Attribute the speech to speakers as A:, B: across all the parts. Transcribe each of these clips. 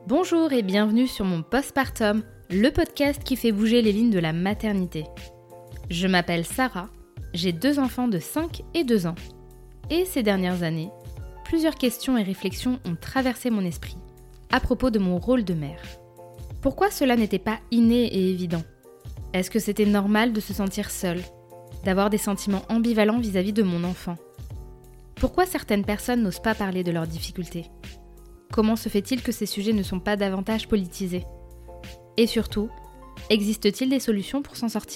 A: Bonjour et bienvenue sur mon Postpartum, le podcast qui fait bouger les lignes de la maternité. Je m'appelle Sarah, j'ai 2 enfants de 5 et 2 ans. Et ces dernières années, plusieurs questions et réflexions ont traversé mon esprit à propos de mon rôle de mère. Pourquoi cela n'était pas inné et évident ? Est-ce que c'était normal de se sentir seule, d'avoir des sentiments ambivalents vis-à-vis de mon enfant ? Pourquoi certaines personnes n'osent pas parler de leurs difficultés ? Comment se fait-il que ces sujets ne sont pas davantage politisés ? Et surtout, existe-t-il des solutions pour s'en sortir ?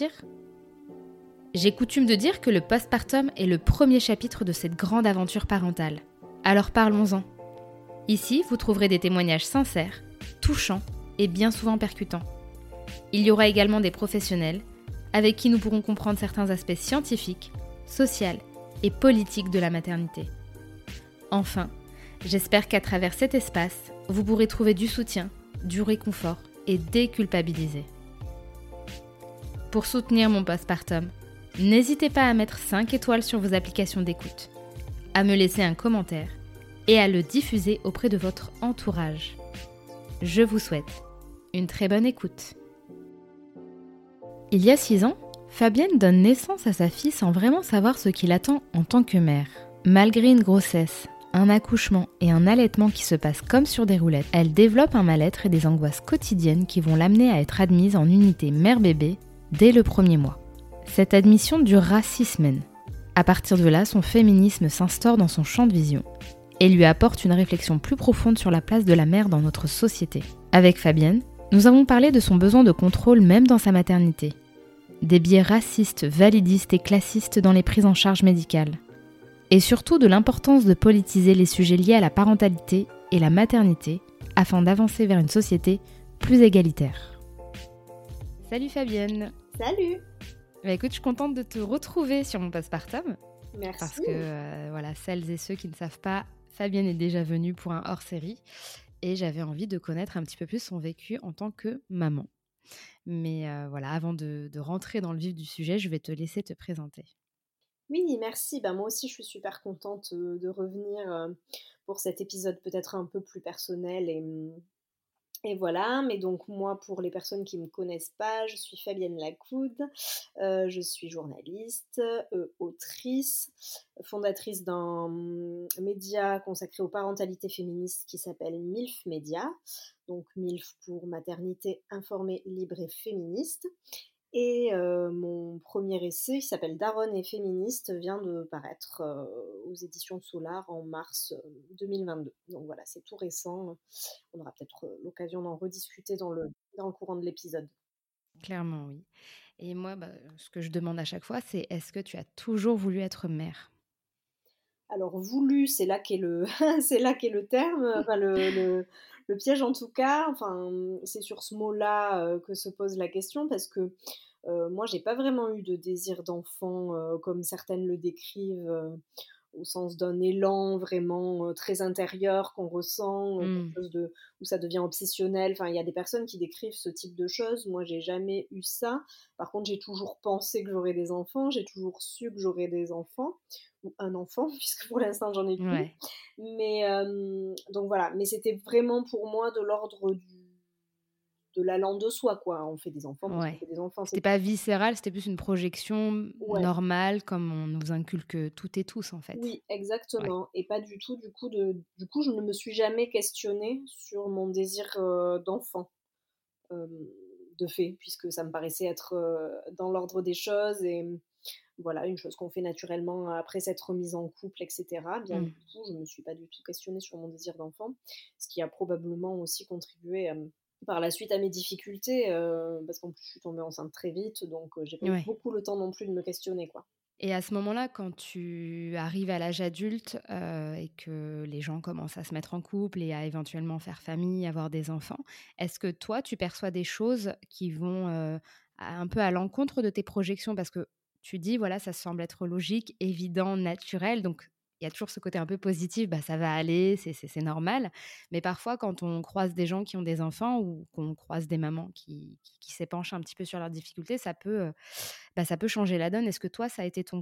A: J'ai coutume de dire que le postpartum est le premier chapitre de cette grande aventure parentale. Alors parlons-en. Ici, vous trouverez des témoignages sincères, touchants et bien souvent percutants. Il y aura également des professionnels avec qui nous pourrons comprendre certains aspects scientifiques, sociaux et politiques de la maternité. Enfin, j'espère qu'à travers cet espace, vous pourrez trouver du soutien, du réconfort et déculpabiliser. Pour soutenir mon postpartum, n'hésitez pas à mettre 5 étoiles sur vos applications d'écoute, à me laisser un commentaire et à le diffuser auprès de votre entourage. Je vous souhaite une très bonne écoute. Il y a 6 ans, Fabienne donne naissance à sa fille sans vraiment savoir ce qui l'attend en tant que mère. Malgré une grossesse, un accouchement et un allaitement qui se passent comme sur des roulettes, elle développe un mal-être et des angoisses quotidiennes qui vont l'amener à être admise en unité mère-bébé dès le 1er mois. Cette admission durera 6 semaines. À partir de là, son féminisme s'instaure dans son champ de vision et lui apporte une réflexion plus profonde sur la place de la mère dans notre société. Avec Fabienne, nous avons parlé de son besoin de contrôle même dans sa maternité, des biais racistes, validistes et classistes dans les prises en charge médicales, et surtout de l'importance de politiser les sujets liés à la parentalité et la maternité afin d'avancer vers une société plus égalitaire. Salut Fabienne.
B: Salut.
A: Écoute, je suis contente de te retrouver sur mon postpartum.
B: Merci.
A: Parce que, celles et ceux qui ne savent pas, Fabienne est déjà venue pour un hors-série et j'avais envie de connaître un petit peu plus son vécu en tant que maman. Mais avant de rentrer dans le vif du sujet, je vais te laisser te présenter.
B: Oui, merci. Moi aussi, je suis super contente de revenir pour cet épisode peut-être un peu plus personnel. Et voilà, mais donc moi, pour les personnes qui ne me connaissent pas, je suis Fabienne Lacoude, je suis journaliste, autrice, fondatrice d'un média consacré aux parentalités féministes qui s'appelle MILF Média, donc MILF pour maternité informée, libre et féministe. Et mon premier essai, qui s'appelle Daronne et féministe, vient de paraître aux éditions Solar en mars 2022. Donc voilà, c'est tout récent. On aura peut-être l'occasion d'en rediscuter dans le courant de l'épisode.
A: Clairement, oui. Et moi, ce que je demande à chaque fois, c'est est-ce que tu as toujours voulu être mère ?
B: Alors voulu, c'est là qu'est le, c'est là qu'est le terme, enfin le piège en tout cas. Enfin, c'est sur ce mot-là que se pose la question parce que moi, j'ai pas vraiment eu de désir d'enfant comme certaines le décrivent, au sens d'un élan vraiment très intérieur qu'on ressent, quelque chose où ça devient obsessionnel. Enfin, il y a des personnes qui décrivent ce type de choses. Moi, j'ai jamais eu ça. Par contre, j'ai toujours pensé que j'aurais des enfants. J'ai toujours su que j'aurais des enfants ou un enfant, puisque pour l'instant, j'en ai plus.
A: Ouais.
B: Mais donc voilà. Mais c'était vraiment pour moi de l'ordre de l'allant de soi, quoi. On fait des enfants parce qu'on
A: Ouais.
B: fait des enfants.
A: C'était pas viscéral, c'était plus une projection
B: Ouais.
A: normale, comme on nous inculque toutes et tous, en fait.
B: Oui, exactement. Et pas du tout, du coup, je ne me suis jamais questionnée sur mon désir d'enfant, euh, de fait, puisque ça me paraissait être dans l'ordre des choses et voilà, une chose qu'on fait naturellement après s'être mise en couple, etc. Bien du coup, je ne me suis pas du tout questionnée sur mon désir d'enfant, ce qui a probablement aussi contribué par la suite à mes difficultés, parce qu'en plus je suis tombée enceinte très vite, donc j'ai pas eu beaucoup le temps non plus de me questionner, quoi.
A: Et à ce moment-là, quand tu arrives à l'âge adulte et que les gens commencent à se mettre en couple et à éventuellement faire famille, avoir des enfants, est-ce que toi, tu perçois des choses qui vont un peu à l'encontre de tes projections ? Parce que tu dis, voilà, ça semble être logique, évident, naturel. Donc, il y a toujours ce côté un peu positif, ça va aller, c'est normal. Mais parfois, quand on croise des gens qui ont des enfants ou qu'on croise des mamans qui s'épanchent un petit peu sur leurs difficultés, ça peut changer la donne. Est-ce que toi, ça a été ton cas ?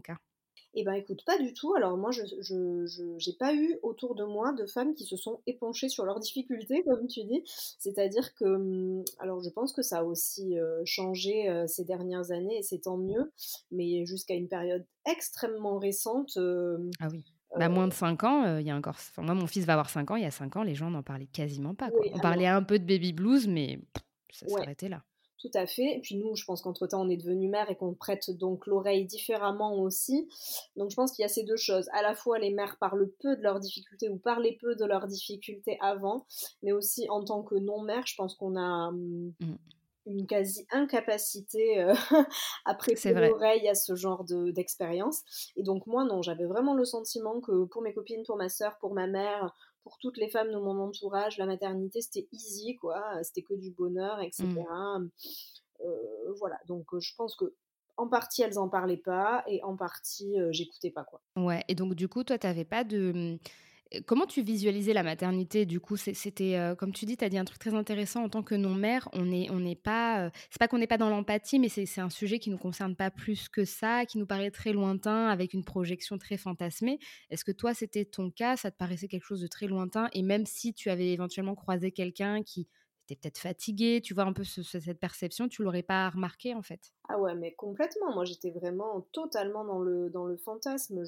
B: Eh ben, écoute, pas du tout. Alors moi, j'ai pas eu autour de moi de femmes qui se sont épanchées sur leurs difficultés, comme tu dis. C'est-à-dire que, alors je pense que ça a aussi changé ces dernières années et c'est tant mieux, mais jusqu'à une période extrêmement récente,
A: Ah oui. Bah, moins de 5 ans, il y a encore enfin, moi, mon fils va avoir 5 ans, il y a 5 ans, les gens n'en parlaient quasiment pas, quoi.
B: oui,
A: On parlait
B: alors,
A: un peu de baby blues, mais ça
B: ouais.
A: s'arrêtait là.
B: Tout à fait. Et puis nous, je pense qu'entre-temps, on est devenu mère et qu'on prête donc l'oreille différemment aussi. Donc je pense qu'il y a ces deux choses. À la fois, les mères parlent peu de leurs difficultés ou parlaient peu de leurs difficultés avant, mais aussi en tant que non-mère, je pense qu'on a
A: Mmh.
B: une quasi-incapacité à prêter
A: C'est vrai.
B: l'oreille à ce genre d'expérience. Et donc moi, non, j'avais vraiment le sentiment que pour mes copines, pour ma sœur, pour ma mère, pour toutes les femmes de mon entourage, la maternité, c'était easy, quoi. C'était que du bonheur,
A: Mmh.
B: etc. Voilà, donc je pense que en partie, elles en parlaient pas et en partie, j'écoutais pas, quoi.
A: Ouais et donc du coup, toi, tu avais pas de, comment tu visualisais la maternité du coup? C'était, comme tu dis, tu as dit un truc très intéressant en tant que non-mère, on n'est pas, c'est pas qu'on n'est pas dans l'empathie, mais c'est un sujet qui nous concerne pas plus que ça, qui nous paraît très lointain avec une projection très fantasmée. Est-ce que toi, c'était ton cas? Ça te paraissait quelque chose de très lointain et même si tu avais éventuellement croisé quelqu'un qui était peut-être fatigué, tu vois un peu cette perception, tu l'aurais pas remarqué en fait?
B: Ah ouais, mais complètement. Moi, j'étais vraiment totalement dans le fantasme.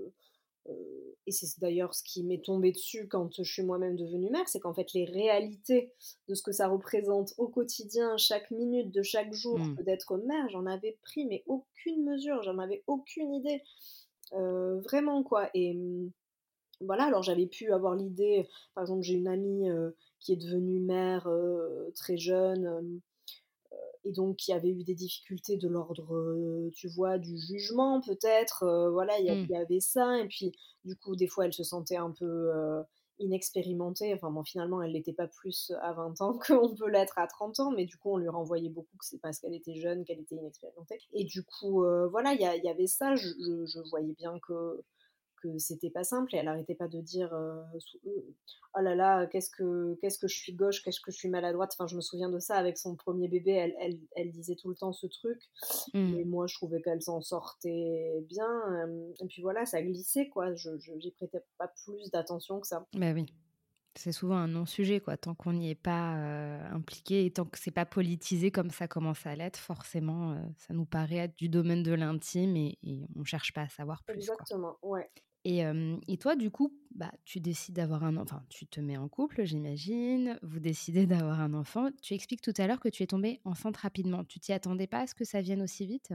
B: Et c'est d'ailleurs ce qui m'est tombé dessus quand je suis moi-même devenue mère, c'est qu'en fait, les réalités de ce que ça représente au quotidien, chaque minute de chaque jour
A: Mmh.
B: que d'être mère, j'en avais pris mais aucune mesure, j'en avais aucune idée. Vraiment, quoi. Et voilà, alors j'avais pu avoir l'idée, par exemple, j'ai une amie qui est devenue mère très jeune, et donc qui avait eu des difficultés de l'ordre, tu vois, du jugement peut-être, voilà,
A: Mmh.
B: il y avait ça et puis du coup, des fois, elle se sentait un peu, inexpérimentée. Enfin bon, finalement, elle l'était pas plus à 20 ans qu'on peut l'être à 30 ans, mais du coup, on lui renvoyait beaucoup que c'est parce qu'elle était jeune, qu'elle était inexpérimentée et du coup, voilà, il y avait ça. Je voyais bien que c'était pas simple et elle arrêtait pas de dire oh là là, qu'est-ce que je suis gauche, qu'est-ce que je suis maladroite. Enfin, je me souviens de ça avec son premier bébé, elle disait tout le temps ce truc,
A: Mmh.
B: mais moi je trouvais qu'elle s'en sortait bien. Et puis voilà, ça glissait quoi, j'y prêtais pas plus d'attention que ça.
A: Bah oui. C'est souvent un non-sujet, quoi. Tant qu'on n'y est pas, impliqué et tant que c'est pas politisé comme ça commence à l'être, forcément, ça nous paraît être du domaine de l'intime et on cherche pas à savoir plus, quoi.
B: Exactement, ouais.
A: Et toi, du coup, bah, tu décides d'avoir un enfin, tu te mets en couple, j'imagine, vous décidez d'avoir un enfant. Tu expliques tout à l'heure que tu es tombée enceinte rapidement. Tu t'y attendais pas à ce que ça vienne aussi vite?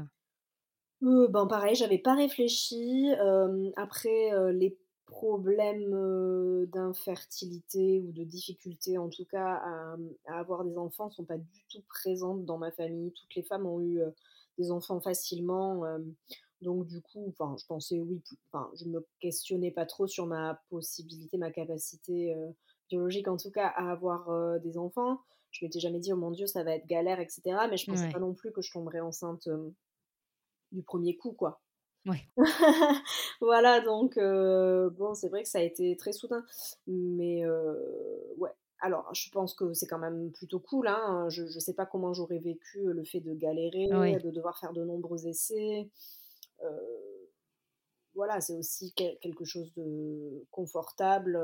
B: Ben, pareil, j'avais pas réfléchi, après, les problèmes, d'infertilité ou de difficulté en tout cas à avoir des enfants sont pas du tout présentes dans ma famille. Toutes les femmes ont eu, des enfants facilement, donc du coup, enfin, je pensais oui, enfin, je me questionnais pas trop sur ma possibilité, ma capacité, biologique en tout cas à avoir, des enfants. Je m'étais jamais dit: «Oh mon Dieu, ça va être galère» et cetera, mais je pensais pas
A: Ouais,
B: non plus que je tomberais enceinte, du premier coup, quoi.
A: ouais.
B: Voilà, donc bon, c'est vrai que ça a été très soudain. Mais ouais. Alors, je pense que c'est quand même plutôt cool, hein. Je sais pas comment j'aurais vécu le fait de galérer,
A: Oui.
B: de devoir faire de nombreux essais. Heu, voilà, c'est aussi quelque chose de confortable,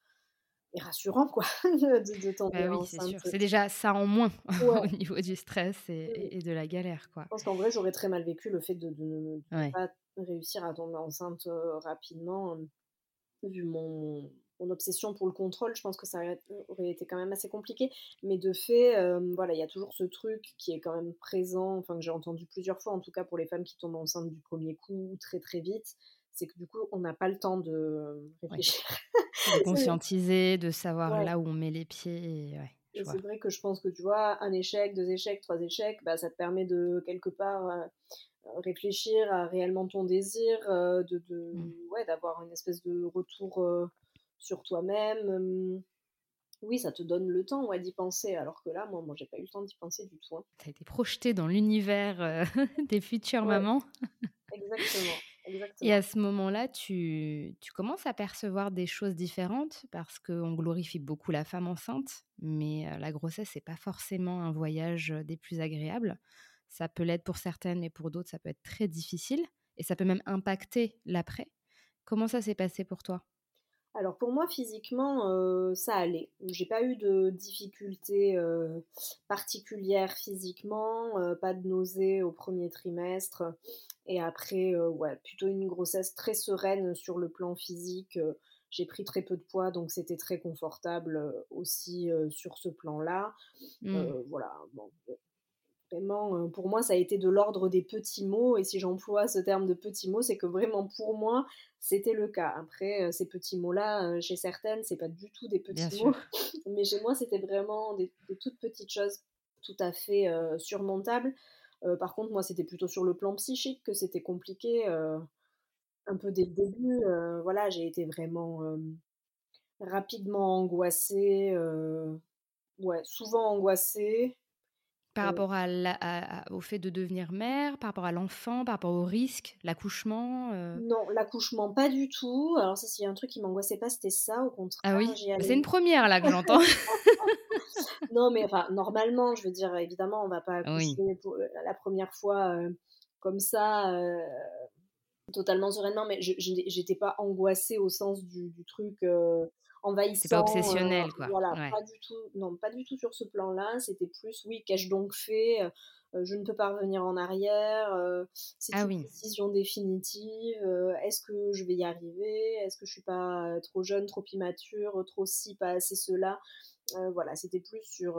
B: et rassurant, quoi, de tomber
A: Bah oui, c'est
B: enceinte.
A: sûr. C'est déjà ça en moins
B: Ouais,
A: au niveau du stress et
B: oui.
A: et et de la galère, quoi.
B: Je pense qu'en vrai, j'aurais très mal vécu le fait de ne
A: Ouais.
B: pas réussir à tomber enceinte, rapidement. Vu mon obsession pour le contrôle, je pense que ça aurait été quand même assez compliqué. Mais de fait, voilà, il y a toujours ce truc qui est quand même présent, enfin que j'ai entendu plusieurs fois, en tout cas pour les femmes qui tombent enceintes du premier coup, très, très vite, c'est que du coup, on n'a pas le temps de
A: Ouais.
B: réfléchir.
A: De
B: C'est
A: conscientiser, de savoir
B: ouais,
A: là où on met les pieds et ouais, je
B: et c'est
A: vois.
B: vrai que je pense que, tu vois, un échec, 2 échecs, 3 échecs, bah, ça te permet de quelque part, réfléchir à réellement ton désir,
A: Mmh.
B: ouais, d'avoir une espèce de retour, sur toi-même, oui, ça te donne le temps, ouais, d'y penser, alors que là, moi, j'ai pas eu le temps d'y penser du tout, hein.
A: Tu as été projetée dans l'univers, des futures
B: Ouais,
A: mamans
B: exactement,
A: et
B: exactement.
A: à ce moment-là, tu commences à percevoir des choses différentes parce qu'on glorifie beaucoup la femme enceinte, mais la grossesse, c'est pas forcément un voyage, des plus agréables. Ça peut l'être pour certaines, mais pour d'autres, ça peut être très difficile. et ça peut même impacter l'après. Comment ça s'est passé pour toi?
B: Alors pour moi physiquement, ça allait. J'ai pas eu de difficultés, particulières physiquement, pas de nausées au premier trimestre et après, ouais, plutôt une grossesse très sereine sur le plan physique, j'ai pris très peu de poids donc c'était très confortable, aussi, sur ce plan-là.
A: Mmh.
B: Voilà, bon, vraiment, pour moi, ça a été de l'ordre des petits mots et si j'emploie ce terme de petits mots, c'est que vraiment pour moi, c'était le cas. Après, ces petits mots-là, chez certaines, c'est pas du tout des
A: Bien
B: petits
A: sûr.
B: mots, mais chez moi, c'était vraiment des toutes petites choses tout à fait, surmontables. Par contre, moi, c'était plutôt sur le plan psychique que c'était compliqué, un peu dès le début, voilà, j'ai été vraiment, rapidement angoissée, ouais, souvent angoissée,
A: Par
B: heu
A: rapport au fait de devenir mère, par rapport à l'enfant, par rapport au risque, l'accouchement,
B: Non, l'accouchement, pas du tout. Alors ça, s'il y a un truc qui m'angoissait pas, c'était ça. Au
A: Ah
B: contraire,
A: oui?
B: j'y
A: C'est une
B: allais.
A: première là que j'entends.
B: Non, mais enfin, normalement, je veux dire, évidemment, on va pas
A: Oui,
B: accoucher pour la première fois, comme ça, totalement sereinement, mais j'étais pas angoissée au sens du truc,
A: c'était pas
B: envahissant,
A: obsessionnel quoi.
B: voilà,
A: Ouais.
B: pas du tout, non, pas du tout sur ce plan-là. C'était plus: «Oui, qu'ai-je donc fait? Je ne peux pas revenir en arrière, c'est
A: Ah
B: une
A: oui.
B: décision définitive, est-ce que je vais y arriver? Est-ce que je suis pas, trop jeune, trop immature, trop ci, pas assez cela?» Voilà, c'était plus sur,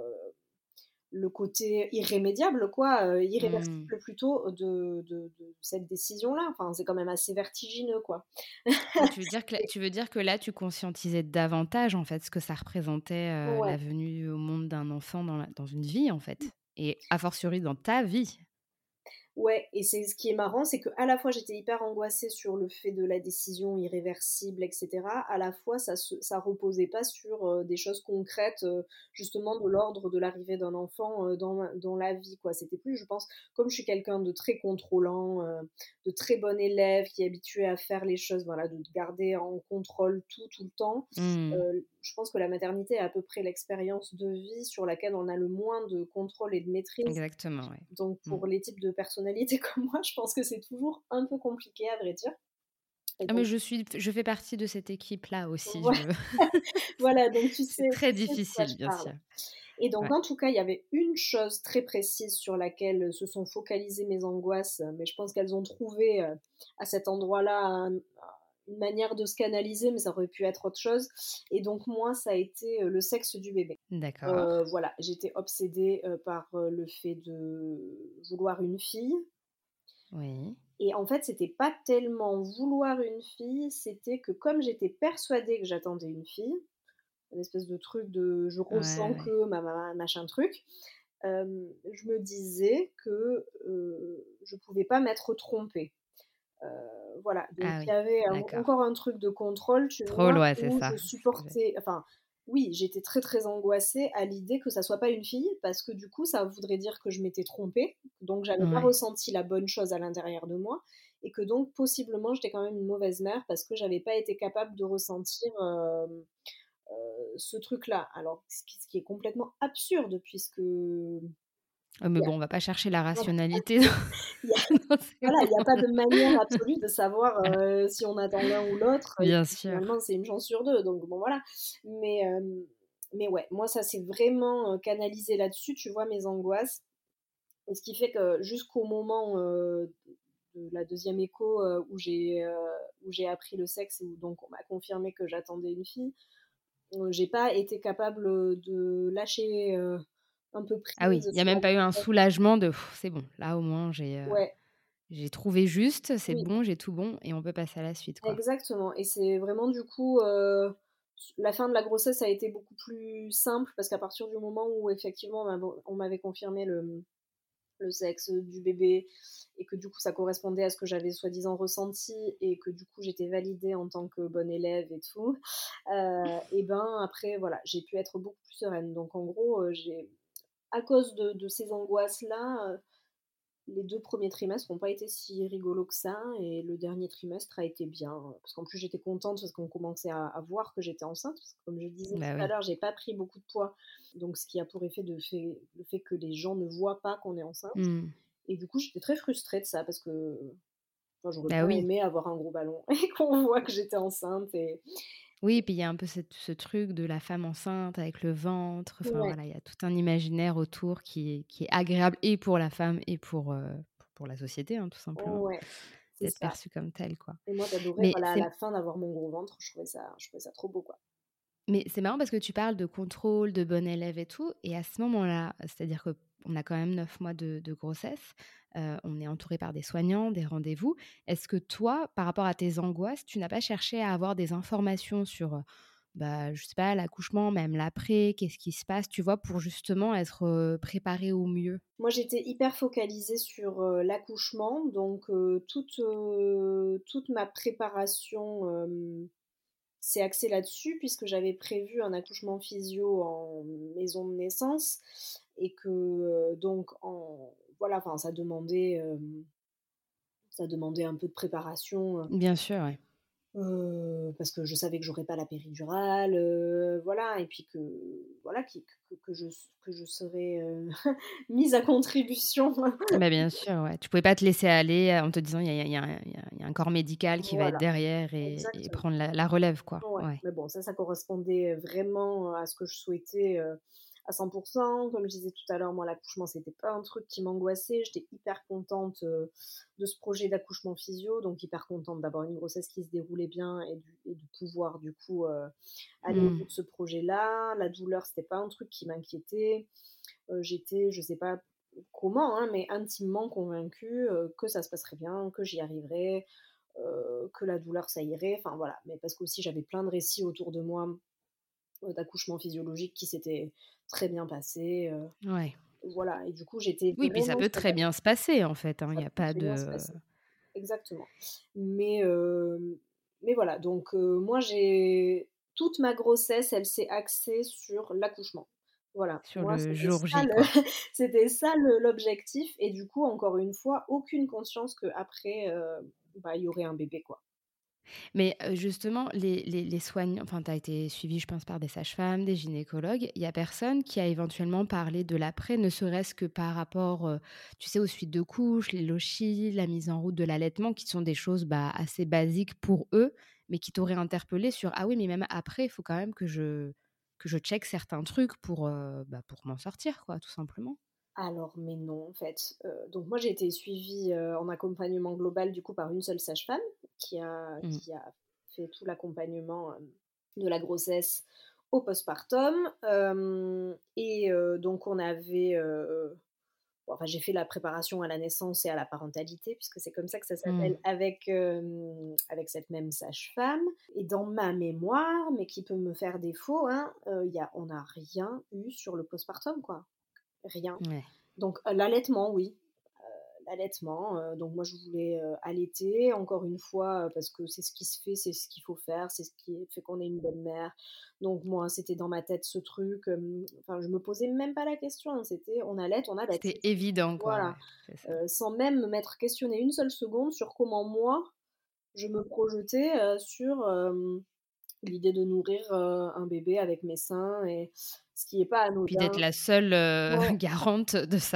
B: le côté irrémédiable quoi,
A: Mmh.
B: irréversible plutôt de cette décision-là. Enfin, c'est quand même assez vertigineux quoi.
A: Ouais, tu veux dire que là, tu conscientisais davantage, en fait, ce que ça représentait, la
B: Ouais.
A: venue au monde d'un enfant dans une vie, en fait et a fortiori dans ta vie.
B: Ouais, et c'est ce qui est marrant, c'est qu'à la fois j'étais hyper angoissée sur le fait de la décision irréversible, et cetera. À la fois, ça reposait pas sur, des choses concrètes, justement de l'ordre de l'arrivée d'un enfant, dans la vie, quoi. C'était plus, je pense, comme je suis quelqu'un de très contrôlant, de très bon élève, qui est habitué à faire les choses, voilà, de garder en contrôle tout le temps.
A: Mmh.
B: Je pense que la maternité est à peu près l'expérience de vie sur laquelle on a le moins de contrôle et de maîtrise.
A: Exactement, ouais.
B: Donc
A: Mmh.
B: pour les types de personnalités comme moi, je pense que c'est toujours un peu compliqué à vrai dire. Et
A: Ah mais
B: donc
A: je fais partie de cette équipe-là aussi,
B: voi
A: je
B: voilà, donc
A: c'est très
B: tu sais de quoi je
A: difficile, bien
B: parle.
A: sûr.
B: Et donc
A: Ouais.
B: en tout cas, il y avait une chose très précise sur laquelle, se sont focalisées mes angoisses, mais je pense qu'elles ont trouvé, à cet endroit-là une manière de se canaliser, mais ça aurait pu être autre chose. Et donc moi, ça a été, le sexe du bébé.
A: D'accord.
B: Voilà, j'étais obsédée, par, le fait de vouloir une fille.
A: Oui.
B: Et en fait, c'était pas tellement vouloir une fille, c'était que comme j'étais persuadée que j'attendais une fille, une espèce de truc de je
A: Ouais,
B: ressens
A: ouais.
B: que machin truc, je me disais que, je pouvais pas m'être trompée. Heu, voilà, donc
A: Ah
B: il y
A: oui,
B: avait
A: d'accord.
B: encore un truc de contrôle, tu
A: Trop
B: vois?
A: ouais, c'est
B: Où
A: ça.
B: je
A: C'est ce que j'ai
B: supportais, enfin, oui, j'étais très, très angoissée à l'idée que ça soit pas une fille parce que du coup, ça voudrait dire que je m'étais trompée, donc j'avais pas
A: ouais.
B: ressenti la bonne chose à l'intérieur de moi et que donc possiblement j'étais quand même une mauvaise mère parce que j'avais pas été capable de ressentir, ce truc-là. Alors ce qui est complètement absurde puisque il
A: Mais
B: y a
A: bon, on va pas chercher la rationalité
B: il y a
A: dans ces
B: voilà, il y a pas de manière
A: moments.
B: absolue de savoir, si on attend l'un ou l'autre et
A: Bien
B: puis
A: sûr.
B: finalement c'est une chance sur 2 donc bon voilà. Mais mais ouais, moi ça s'est vraiment, canalisé là-dessus, tu vois, mes angoisses et ce qui fait que jusqu'au moment, de la deuxième écho, où j'ai appris le sexe et où donc on m'a confirmé que j'attendais une fille, j'ai pas été capable, de lâcher, un peu
A: Ah oui,
B: prise
A: il y a
B: sur
A: même
B: la
A: pas eu un
B: grossesse.
A: soulagement de: «C'est bon, là au moins
B: Ouais,
A: j'ai trouvé juste, c'est
B: oui.
A: bon, j'ai tout bon et on peut passer à la suite, quoi».
B: Exactement et c'est vraiment du coup, la fin de la grossesse a été beaucoup plus simple parce qu'à partir du moment où effectivement on m'avait confirmé le sexe du bébé et que du coup ça correspondait à ce que j'avais soi-disant ressenti et que du coup j'étais validée en tant que bonne élève et tout, et ben après voilà, j'ai pu être beaucoup plus sereine. Donc en gros, j'ai à cause de ces angoisses-là, les 2 premiers trimestres n'ont pas été si rigolos que ça et le dernier trimestre a été bien, parce qu'en plus j'étais contente parce qu'on commençait à voir que j'étais enceinte, parce que comme je disais
A: Bah
B: tout à
A: oui.
B: l'heure, j'ai pas pris beaucoup de poids, donc ce qui a pour effet le fait que les gens ne voient pas qu'on est enceinte
A: Mmh.
B: et du coup, j'étais très frustrée de ça parce que Enfin, j'aurais
A: Bah
B: pas
A: oui.
B: aimé avoir un gros ballon et qu'on voit que j'étais enceinte et
A: Oui, puis il y a un peu ce truc de la femme enceinte avec le ventre, enfin
B: ouais,
A: voilà, il y a tout un imaginaire autour qui est agréable et pour la femme et pour la société, hein, tout simplement,
B: ouais, c'est
A: d'être
B: ça
A: perçue comme telle, quoi.
B: et moi j'adorais,
A: Mais
B: voilà, à
A: c'est
B: la fin d'avoir mon gros ventre, je trouvais ça trop beau, quoi.
A: Mais c'est marrant parce que tu parles de contrôle, de bon élève et tout et à ce moment-là, c'est-à-dire qu'on a quand même 9 mois de grossesse, on est entouré par des soignants, des rendez-vous. Est-ce que toi, par rapport à tes angoisses, tu n'as pas cherché à avoir des informations sur, bah, je sais pas, l'accouchement, même l'après, qu'est-ce qui se passe, tu vois? Pour justement être, préparée au mieux?
B: Moi, j'étais hyper focalisée sur, l'accouchement, donc toute ma préparation, s'est axée là-dessus puisque j'avais prévu un accouchement physio en maison de naissance et que, donc en voilà, enfin ça demandait un peu de préparation,
A: Bien sûr, ouais.
B: parce que je savais que j'aurais pas la péridurale, voilà et puis que voilà que je serais, mise à contribution.
A: Bah, bien sûr, ouais. Tu pouvais pas te laisser aller, en te disant: Il y a un corps médical qui va être
B: Voilà,
A: derrière et
B: exactement.
A: prendre la relève», quoi.
B: Ouais,
A: Ouais.
B: mais bon, ça correspondait vraiment à ce que je souhaitais, à 100. Comme je disais tout à l'heure, moi, l'accouchement, c'était pas un truc qui m'angoissait. J'étais hyper contente, de ce projet d'accouchement physio, donc hyper contente d'avoir une grossesse qui se déroulait bien et de pouvoir, du coup, aller au
A: Mmh.
B: bout de ce projet-là. La douleur, c'était pas un truc qui m'inquiétait. J'étais, je sais pas comment, hein, mais intimement convaincue, que ça se passerait bien, que j'y arriverais, que la douleur ça irait, enfin voilà. Mais parce qu'aussi j'avais plein de récits autour de moi, d'accouchements physiologiques qui s'étaient très bien passés,
A: Ouais.
B: voilà et du coup j'étais
A: Oui, puis ça
B: vraiment
A: peut
B: sur
A: très bien se passer, en fait, hein. Il
B: ça
A: y a
B: peut
A: pas
B: très bien se
A: de
B: passer. Exactement. Mais, mais voilà, donc, moi j'ai toute ma grossesse, elle s'est axée sur l'accouchement. Voilà,
A: sur
B: moi
A: le
B: c'était
A: jour
B: ça
A: J,
B: le
A: quoi.
B: c'était ça l'objectif et du coup, encore une fois, aucune conscience qu'après, bah, il y aurait un bébé, quoi.
A: Mais, justement, les soignants, enfin, tu as été suivie, je pense, par des sages-femmes, des gynécologues. Il y a personne qui a éventuellement parlé de l'après, ne serait-ce que par rapport, tu sais, aux suites de couches, les lochis, la mise en route de l'allaitement, qui sont des choses, bah, assez basiques pour eux, mais qui t'auraient interpellée sur: «Ah oui, mais même après, il faut quand même que je check certains trucs pour, bah, pour m'en sortir, quoi, tout simplement».
B: Alors, mais non, en fait. Donc moi, j'ai été suivie, en accompagnement global, du coup, par une seule sage-femme qui a
A: Mmh.
B: qui a fait tout l'accompagnement, de la grossesse au postpartum. Et donc on avait, bon, enfin, j'ai fait la préparation à la naissance et à la parentalité puisque c'est comme ça que ça
A: Mmh.
B: s'appelle avec cette même sage-femme et dans ma mémoire, mais qui peut me faire défaut, hein, on n'a rien eu sur le postpartum, quoi. Rien.
A: Ouais.
B: Donc l'allaitement, oui, l'allaitement, donc moi je voulais, allaiter encore une fois, parce que c'est ce qui se fait, c'est ce qu'il faut faire, c'est ce qui fait qu'on est une bonne mère. Donc moi, c'était dans ma tête ce truc, enfin je me posais même pas la question, hein, c'était: on allaite,
A: C'était
B: c'est tout».
A: évident, quoi,
B: Voilà,
A: ouais, c'est ça.
B: sans même m'être questionnée une seule seconde sur comment moi, je me projetais, sur, l'idée de nourrir, un bébé avec mes seins et ce qui est pas
A: Puis d'être
B: anodin.
A: la seule,
B: Ouais,
A: garante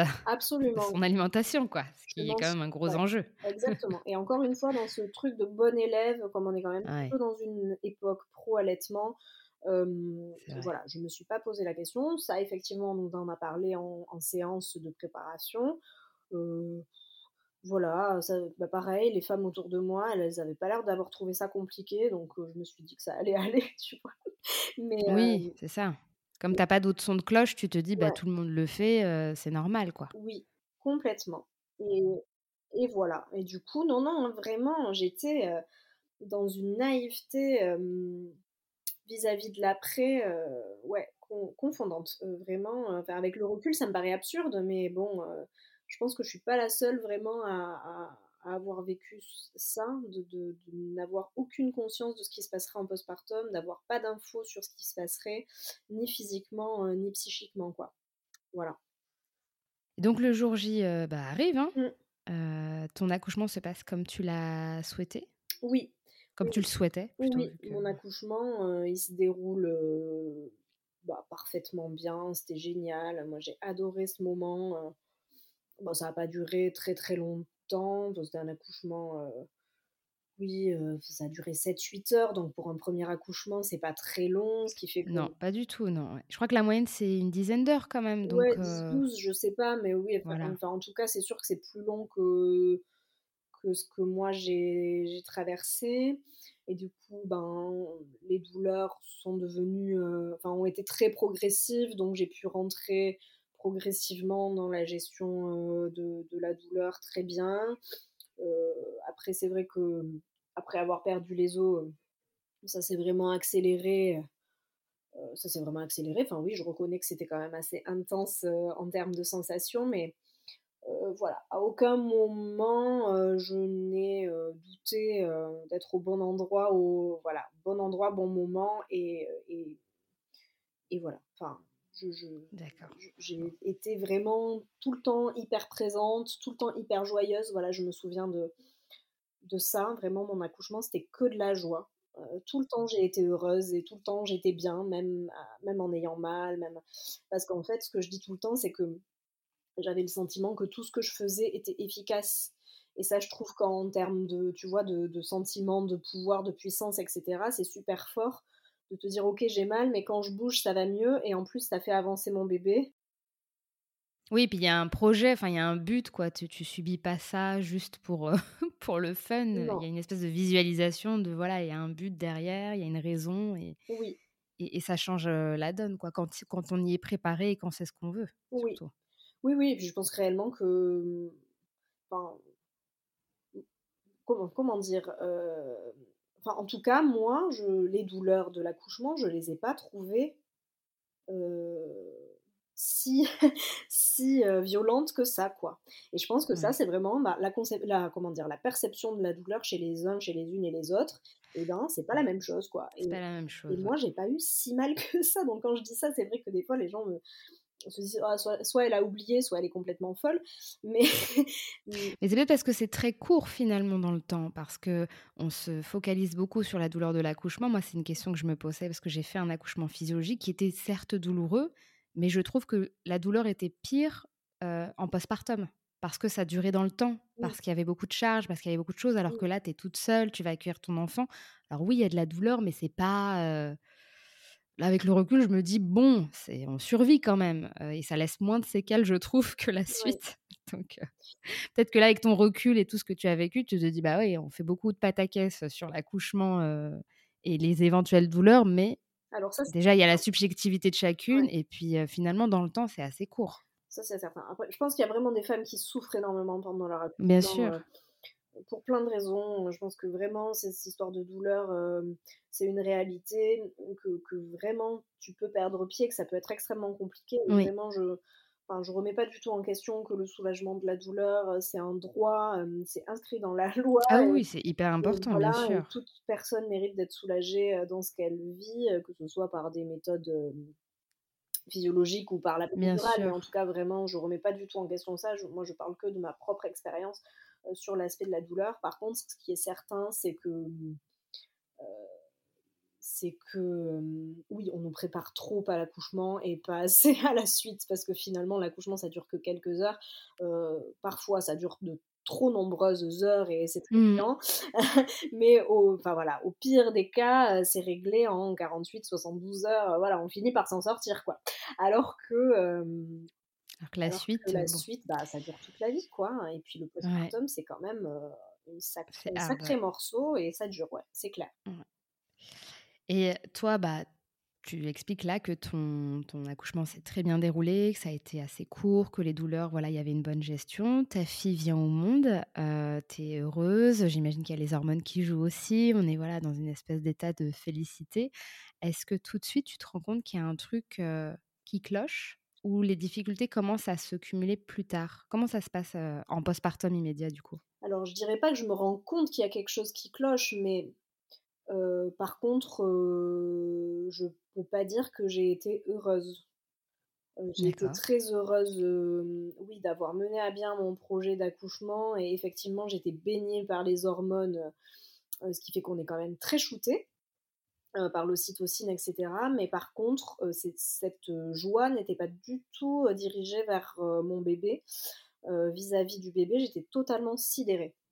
A: de
B: absolument.
A: son alimentation, quoi, ce
B: Je
A: qui est
B: n'en
A: quand
B: suis
A: même un gros
B: Ouais,
A: enjeu.
B: exactement et encore une fois dans ce truc de bon élève, comme on est quand même
A: Ouais,
B: plutôt dans une époque pro-allaitement,
A: c'est vrai.
B: voilà, je me suis pas posé la question. Ça effectivement, on en a parlé en séance de préparation, heu, voilà, ça bah, pareil, les femmes autour de moi, elles avaient pas l'air d'avoir trouvé ça compliqué donc je me suis dit que ça allait aller, tu vois? Mais
A: Oui, c'est ça. Comme tu as pas d'autres sons de cloche, tu te dis: «Bah,
B: ouais,
A: tout le monde le fait, c'est normal, quoi».
B: oui, complètement et et voilà et du coup, non, non, vraiment, j'étais, dans une naïveté, vis-à-vis de l'après, ouais, confondante, vraiment, enfin avec le recul, ça me paraît absurde, mais bon, je pense que je suis pas la seule vraiment à avoir vécu ça, de n'avoir aucune conscience de ce qui se passerait en postpartum, d'avoir pas d'infos sur ce qui se passerait, ni physiquement, ni psychiquement, quoi. Voilà.
A: Et donc le jour J, bah, arrive, hein.
B: Mmh.
A: Ton accouchement se passe comme tu l'as souhaité?
B: Oui,
A: Comme
B: oui,
A: tu
B: oui.
A: le souhaitais plutôt
B: Oui,
A: vu que
B: mon accouchement, il se déroule, bah, parfaitement bien, c'était génial. Moi, j'ai adoré ce moment, bon, ça a pas duré très, très longtemps, donc c'était un accouchement, Oui, ça a duré 7-8 heures, donc pour un premier accouchement, c'est pas très long, ce qui fait que
A: Non, pas du tout, non, ouais. Je crois que la moyenne, c'est une dizaine d'heures quand même,
B: ouais,
A: donc
B: 10-12, je sais pas, mais oui,
A: voilà.
B: en tout cas, c'est sûr que c'est plus long que ce que moi j'ai traversé et du coup, ben, les douleurs sont devenues, ont été très progressives, donc j'ai pu rentrer progressivement dans la gestion, de la douleur très bien. Heu, Après c'est vrai que, après avoir perdu les os, ça s'est vraiment accéléré, ça s'est vraiment accéléré. Enfin oui, je reconnais que c'était quand même assez intense, en termes de sensations, mais voilà, à aucun moment, je n'ai, douté, d'être au bon endroit, bon endroit, bon moment et voilà. Enfin, je
A: D'accord. Bon.
B: j'ai été vraiment tout le temps hyper présente, tout le temps hyper joyeuse. Voilà, je me souviens de ça. Vraiment, mon accouchement, c'était que de la joie. Tout le temps, j'ai été heureuse et tout le temps, j'étais bien, même en ayant mal, même parce qu'en fait, ce que je dis tout le temps, c'est que j'avais le sentiment que tout ce que je faisais était efficace et ça, je trouve qu'en termes de, tu vois, de sentiments, de pouvoir, de puissance et cetera, c'est super fort de te dire: «OK, j'ai mal, mais quand je bouge, ça va mieux et en plus, ça fait avancer mon bébé».
A: Oui, puis il y a un projet, enfin, il y a un but, quoi. Tu subis pas ça juste pour, pour le fun. Il
B: Non,
A: y a une espèce de visualisation de voilà, il y a un but derrière, il y a une raison
B: oui,
A: et ça change, la donne, quoi, quand on y est préparé et quand c'est ce qu'on veut,
B: oui.
A: surtout.
B: Oui, oui et puis je pense réellement que, enfin, comment dire? En tout cas, moi, les douleurs de l'accouchement, je les ai pas trouvées, heu, si si, violentes que ça, quoi et je pense que ça,
A: Ouais,
B: c'est vraiment, bah, la comment dire? La perception de la douleur chez les uns, chez les unes et les autres et ben, c'est pas la
A: ouais.
B: même chose, quoi
A: C'est pas la même
B: et
A: chose, ouais.
B: moi, j'ai pas eu si mal que ça donc quand je dis ça, c'est vrai que des fois, les gens se disent: «Ah, soit elle a oublié, soit elle est complètement folle», mais mmh,
A: Mais c'est peut-être parce que c'est très court finalement dans le temps, parce que on se focalise beaucoup sur la douleur de l'accouchement. Moi, c'est une question que je me posais parce que j'ai fait un accouchement physiologique qui était certes douloureux, mais je trouve que la douleur était pire, en postpartum. Parce que ça durait dans le temps,
B: oui,
A: parce qu'il y avait beaucoup de charges, parce qu'il y avait beaucoup de choses, alors
B: oui,
A: que là, tu es toute seule, tu vas accueillir ton enfant. Alors oui, il y a de la douleur, mais c'est pas, là, avec le recul, je me dis: «Bon, c'est on survit quand même», et ça laisse moins de séquelles, je trouve, que la
B: ouais.
A: suite. Donc peut-être que là, avec ton recul et tout ce que tu as vécu, tu te dis: «Bah, oui, on fait beaucoup de pataquès sur l'accouchement, et les éventuelles douleurs», mais
B: Alors ça, c'est
A: déjà, il y a la subjectivité de chacune
B: ouais.
A: et puis, finalement, dans le temps, c'est assez court.
B: Ça, c'est certain. Après, je pense qu'il y a vraiment des femmes qui souffrent énormément pendant leur
A: Bien
B: accouchement,
A: sûr.
B: pour plein de raisons. Je pense que vraiment, cette histoire de douleur, c'est une réalité, que vraiment tu peux perdre pied, que ça peut être extrêmement compliqué et
A: Oui.
B: vraiment je remets pas du tout en question que le soulagement de la douleur, c'est un droit, c'est inscrit dans la loi
A: Ah oui, oui, c'est hyper
B: et
A: important, bien
B: voilà et
A: sûr.
B: toute personne mérite d'être soulagée, dans ce qu'elle vit, que ce soit par des méthodes, physiologique ou par la
A: Bien
B: péridurale, mais en
A: sûr.
B: tout cas vraiment je remets pas du tout en question ça. Moi je parle que de ma propre expérience, sur l'aspect de la douleur. Par contre, ce qui est certain, c'est que, oui, on nous prépare trop à l'accouchement et pas assez à la suite parce que finalement l'accouchement ça dure que quelques heures. Parfois ça dure de trop nombreuses heures et c'est très
A: Mmh.
B: chiant. Mais au pire des cas, c'est réglé en 48-72 heures, voilà, on finit par s'en sortir, quoi. Alors que, hem,
A: Alors que la
B: alors que
A: suite,
B: la
A: bon,
B: suite, bah, ça dure toute la vie, quoi, hein et puis le
A: ouais,
B: postpartum, c'est quand même,
A: c'est
B: un
A: hard,
B: sacré
A: ouais.
B: morceau et ça dure, ouais, c'est clair.
A: Ouais. Et toi, bah, tu expliques là que ton accouchement s'est très bien déroulé, que ça a été assez court, que les douleurs, voilà, il y avait une bonne gestion. Ta fille vient au monde, tu es heureuse, j'imagine qu'il y a les hormones qui jouent aussi. On est, voilà, dans une espèce d'état de félicité. Est-ce que tout de suite, tu te rends compte qu'il y a un truc, qui cloche? Ou les difficultés commencent à se cumuler plus tard? Comment ça se passe, en postpartum immédiat, du coup?
B: Alors je dirais pas que je me rends compte qu'il y a quelque chose qui cloche, mais par contre, je peux pas dire que j'ai été heureuse. J'ai été
A: D'accord.
B: très heureuse, oui, d'avoir mené à bien mon projet d'accouchement et effectivement, j'étais baignée par les hormones, ce qui fait qu'on est quand même très shooté, par l'ocytocine et cetera. Mais par contre, cette, joie n'était pas du tout, dirigée vers, mon bébé. Vis-à-vis du bébé, j'étais totalement sidérée.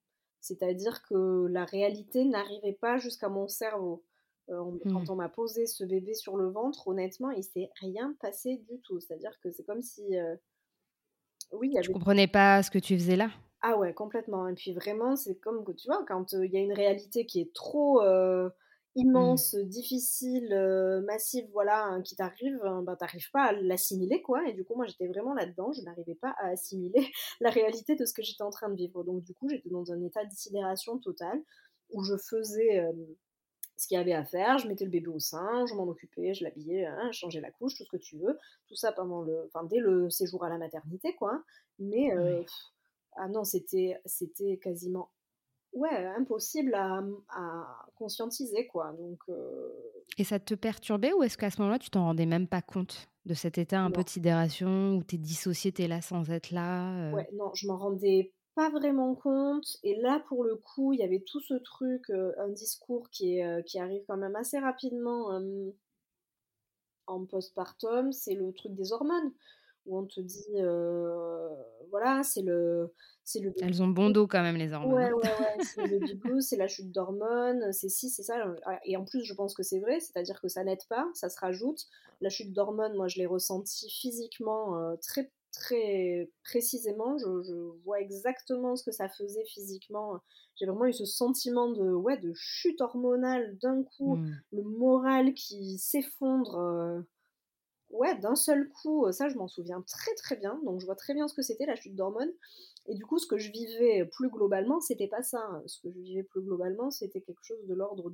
B: C'est-à-dire que la réalité n'arrivait pas jusqu'à mon cerveau.
A: Mmh.
B: Quand on m'a posé ce bébé sur le ventre, honnêtement, il s'est rien passé du tout. C'est-à-dire que c'est comme si, oui, il y
A: Tu
B: avait
A: comprenais pas ce que tu faisais là?
B: ah ouais, complètement et puis vraiment, c'est comme que tu vois, quand, il y a une réalité qui est trop,
A: Mmh.
B: immense, difficile, massive, voilà, hein, qui t'arrive, bah, tu arrives pas à l'assimiler, quoi et du coup, moi, j'étais vraiment là-dedans. Je n'arrivais pas à assimiler la réalité de ce que j'étais en train de vivre. Donc du coup, j'étais dans un état de sidération totale où je faisais, ce qu'il y avait à faire. Je mettais le bébé au sein, je m'en occupais, je l'habillais, hein, je changeais la couche, tout ce que tu veux. Tout ça dès le séjour à la maternité, quoi, hein. Mais
A: Ouais.
B: ah non, c'était quasiment, ouais, impossible à conscientiser, quoi, donc
A: Et ça te perturbait ou est-ce qu'à ce moment-là, tu t'en rendais même pas compte de cet état un peu
B: non.
A: de sidération où tu es dissocié, tu es là sans être là,
B: Ouais, non, je m'en rendais pas vraiment compte et là, pour le coup, il y avait tout ce truc, un discours qui arrive quand même assez rapidement, en postpartum, c'est le truc des hormones, où on te dit, voilà, c'est le baby
A: Elles ont bon
B: blues.
A: dos quand même les hormones,
B: Ouais,
A: hein.
B: ouais, ouais, c'est le baby blues, c'est la chute d'hormones, c'est ci, c'est ça, et en plus, je pense que c'est vrai, c'est-à-dire que ça n'aide pas, ça se rajoute. La chute d'hormones, moi, je l'ai ressentie physiquement, très, très précisément. Je vois exactement ce que ça faisait physiquement. J'ai vraiment eu ce sentiment de, ouais, de chute hormonale d'un coup,
A: Mmh.
B: le moral qui s'effondre, ouais, d'un seul coup, ça je m'en souviens très, très bien, donc je vois très bien ce que c'était la chute d'hormones et du coup, ce que je vivais plus globalement, c'était pas ça, hein. Ce que je vivais plus globalement, c'était quelque chose de l'ordre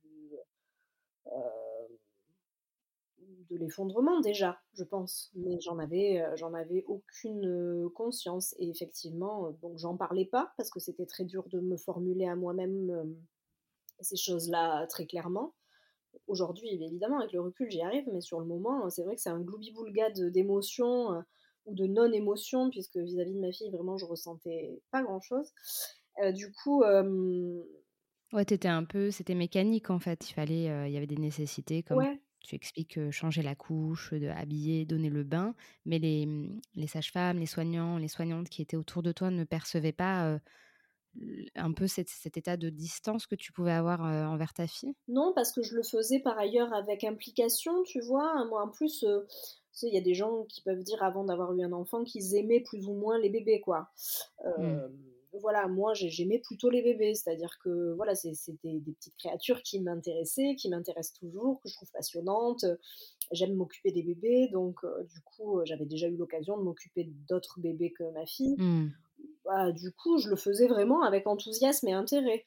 B: heu, de l'effondrement déjà, je pense, mais j'en avais aucune, conscience et effectivement, donc j'en parlais pas parce que c'était très dur de me formuler à moi-même, ces choses-là très clairement. Aujourd'hui, évidemment, avec le recul, j'y arrive, mais sur le moment, c'est vrai que c'est un gloubi-boulga d'émotions, ou de non-émotions, puisque vis-à-vis de ma fille, vraiment, je ressentais pas grand-chose. Du coup,
A: Ouais, tu étais un peu c'était mécanique en fait. Il y avait des nécessités comme
B: ouais,
A: tu expliques, changer la couche, habiller, donner le bain, mais les sages-femmes, les soignantes qui étaient autour de toi ne percevaient pas, un peu cet état de distance que tu pouvais avoir, envers ta fille?
B: non, parce que je le faisais par ailleurs avec implication, tu vois? Moi, en plus, tu sais, il y a des gens qui peuvent dire avant d'avoir eu un enfant qu'ils aimaient plus ou moins les bébés, quoi.
A: Mmh.
B: Voilà, moi j'aimais plutôt les bébés, c'est-à-dire que voilà, c'est des petites créatures qui m'intéressaient, qui m'intéressent toujours, que je trouve passionnantes. J'aime m'occuper des bébés, donc du coup, j'avais déjà eu l'occasion de m'occuper d'autres bébés que ma fille.
A: Mmh.
B: Bah, du coup, je le faisais vraiment avec enthousiasme et intérêt,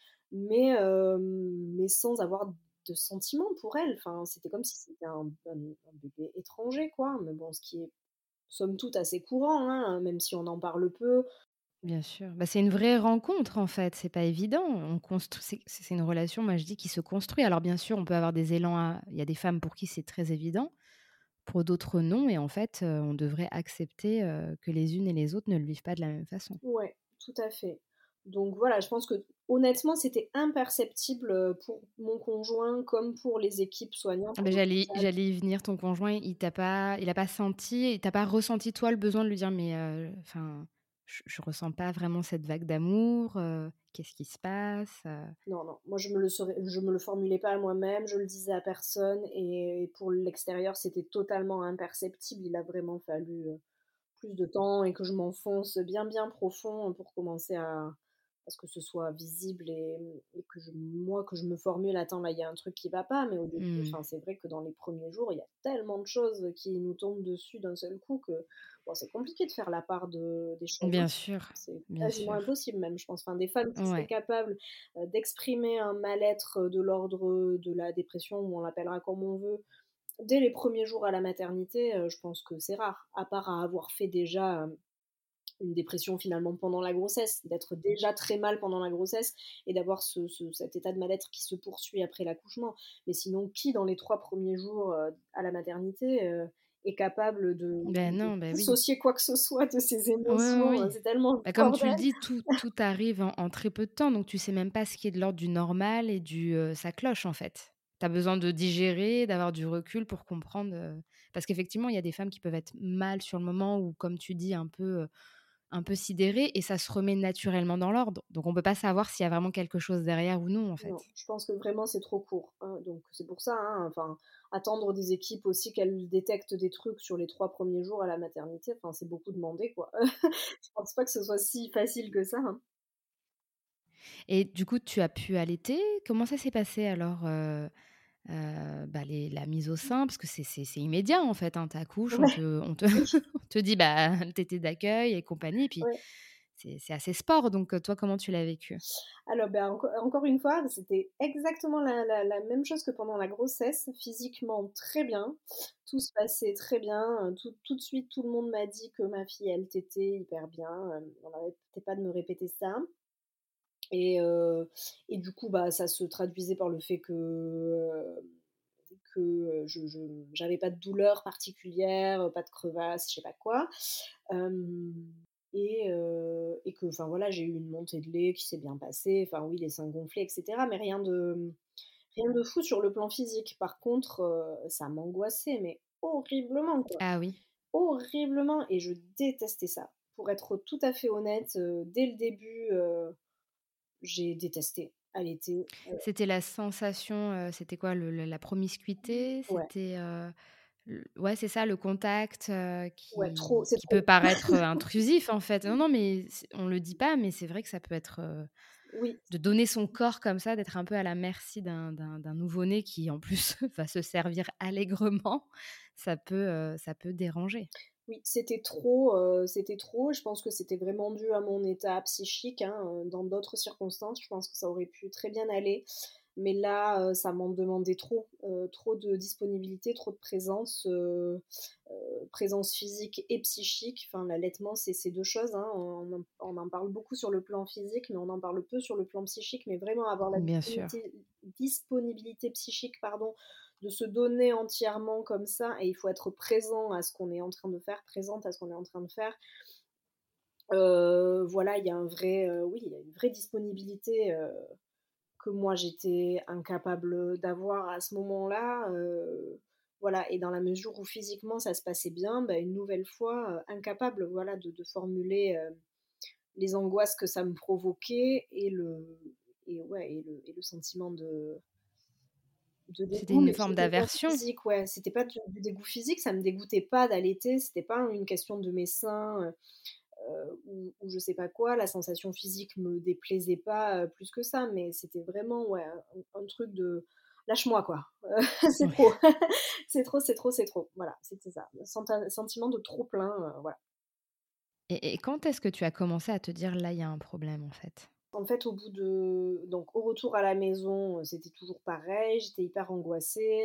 B: mais sans avoir de sentiments pour elle. Enfin, c'était comme si c'était un bébé étranger, quoi, mais bon, ce qui est somme toute assez courant, hein, même si on en parle peu.
A: Bien sûr. Bah, c'est une vraie rencontre, en fait, c'est pas évident. On construit c'est une relation, moi, je dis, qui se construit. Alors bien sûr, on peut avoir des élans à il y a des femmes pour qui c'est très évident, pour d'autres non et en fait, on devrait accepter, que les unes et les autres ne le vivent pas de la même façon.
B: Ouais, tout à fait. Donc voilà, je pense que honnêtement, c'était imperceptible, pour mon conjoint comme pour les équipes soignantes
A: Ah
B: à
A: bah,
B: l'hôpital.
A: j'allais y venir, ton conjoint, il a pas senti il t'a pas ressenti, toi, le besoin de lui dire: «Mais, enfin, je ressens pas vraiment cette vague d'amour, qu'est-ce qui se passe?»
B: Non, non, moi je me le formulais pas à moi-même, je le disais à personne et pour l'extérieur, c'était totalement imperceptible. Il a vraiment fallu, plus de temps et que je m'enfonce bien, bien profond pour commencer à ce que ce soit visible et que je me formule: «Attends, là, il y a un truc qui va pas», mais au début,
A: Mmh.
B: enfin, c'est vrai que dans les premiers jours, il y a tellement de choses qui nous tombent dessus d'un seul coup que, bon, c'est compliqué de faire la part des choses, hein.
A: Bien sûr,
B: C'est
A: bien
B: quasiment
A: sûr.
B: impossible même, je pense. Enfin, des femmes qui seraient
A: Ouais.
B: capables, d'exprimer un mal-être, de l'ordre, de la dépression ou on l'appellera comme on veut, dès les premiers jours à la maternité, je pense que c'est rare, à part à avoir fait déjà, une dépression finalement pendant la grossesse, d'être déjà très mal pendant la grossesse et d'avoir cet état de mal-être qui se poursuit après l'accouchement. Mais sinon, qui dans les 3 premiers jours, à la maternité, est capable
A: Ben
B: de
A: non, ben oui.
B: dissocier quoi que ce soit de ses
A: Oui, oui,
B: émotions,
A: oui.
B: c'est tellement le
A: Bah, comme tu
B: bordel.
A: le dis, tout arrive en très peu de temps, donc tu sais même pas ce qui est de l'ordre du normal et ça cloche, en fait. Tu as besoin de digérer, d'avoir du recul pour comprendre, parce qu'effectivement, il y a des femmes qui peuvent être mal sur le moment ou comme tu dis un peu, un peu sidéré et ça se remet naturellement dans l'ordre. Donc on peut pas savoir s'il y a vraiment quelque chose derrière ou non, en fait.
B: Non, je pense que vraiment c'est trop court, hein, donc c'est pour ça, hein, enfin, attendre des équipes aussi qu'elles détectent des trucs sur les 3 premiers jours à la maternité, enfin, c'est beaucoup demandé, quoi. Je pense pas que ce soit si facile que ça, hein.
A: Et du coup, tu as pu allaiter? Comment ça s'est passé alors, bah, la mise au sein? Parce que c'est immédiat, en fait, hein. Tu accouches,
B: Ouais,
A: on te
B: oui,
A: on te dit, bah, tétée d'accueil et compagnie et puis
B: ouais.
A: c'est assez sport donc toi, comment tu l'as vécu?
B: Alors, ben, encore une fois, c'était exactement la même chose que pendant la grossesse, physiquement très bien. Tout se passait très bien, tout de suite, tout le monde m'a dit que ma fille, elle tétait hyper bien, on n'arrêtait pas de me répéter ça. Et du coup, bah, ça se traduisait par le fait que j'avais pas de douleur particulière, pas de crevasse, je sais pas quoi. Hem et que, enfin voilà, j'ai eu une montée de lait qui s'est bien passée, enfin oui, les seins gonflés et cetera, mais rien de fou sur le plan physique. Par contre, ça m'angoissait, mais horriblement, quoi.
A: Ah oui.
B: Horriblement, et je détestais ça. Pour être tout à fait honnête, dès le début, j'ai détesté allaiter.
A: C'était la sensation, c'était quoi la promiscuité?
B: Ouais,
A: C'était, ouais, c'est ça, le contact,
B: ouais, trop, c'est
A: qui peut
B: trop.
A: paraître, intrusif, en fait. Non, non, mais on le dit pas, mais c'est vrai que ça peut être,
B: Oui.
A: de donner son corps comme ça, d'être un peu à la merci d'un nouveau-né qui, en plus, va se servir allègrement, ça peut déranger.
B: Oui, c'était trop. Je pense que c'était vraiment dû à mon état psychique, hein, dans d'autres circonstances, je pense que ça aurait pu très bien aller. Mais là, ça m'en demandait trop, trop de disponibilité, trop de présence, présence physique et psychique. Enfin, l'allaitement, c'est ces 2 choses, hein. On en parle beaucoup sur le plan physique, mais on en parle peu sur le plan psychique. Mais vraiment avoir la
A: Bien sûr.
B: disponibilité psychique, pardon, de se donner entièrement comme ça, et il faut être présent à ce qu'on est en train de faire, présente à ce qu'on est en train de faire. Voilà, il y a un vrai, oui, il y a une vraie disponibilité, que moi j'étais incapable d'avoir à ce moment-là. Voilà, et dans la mesure où physiquement ça se passait bien, bah, une nouvelle fois, incapable, voilà, de formuler, les angoisses que ça me provoquait, et le sentiment de
A: C'était
B: dégoût,
A: une
B: mais
A: forme
B: c'était bien
A: d'aversion?
B: physique, ouais. C'était pas du dégoût physique, ça me dégoûtait pas d'allaiter, c'était pas une question de mes seins, ou je sais pas quoi. La sensation physique me déplaisait pas, plus que ça, mais c'était vraiment, ouais, un truc de: «Lâche-moi, quoi, c'est
A: Oui.
B: trop, c'est trop, c'est trop, c'est trop». Voilà, c'était ça. Sentiment de trop plein, voilà.
A: Et quand est-ce que tu as commencé à te dire: «Là, il y a un problème, en fait»?
B: En fait, au retour à la maison, c'était toujours pareil, j'étais hyper angoissée,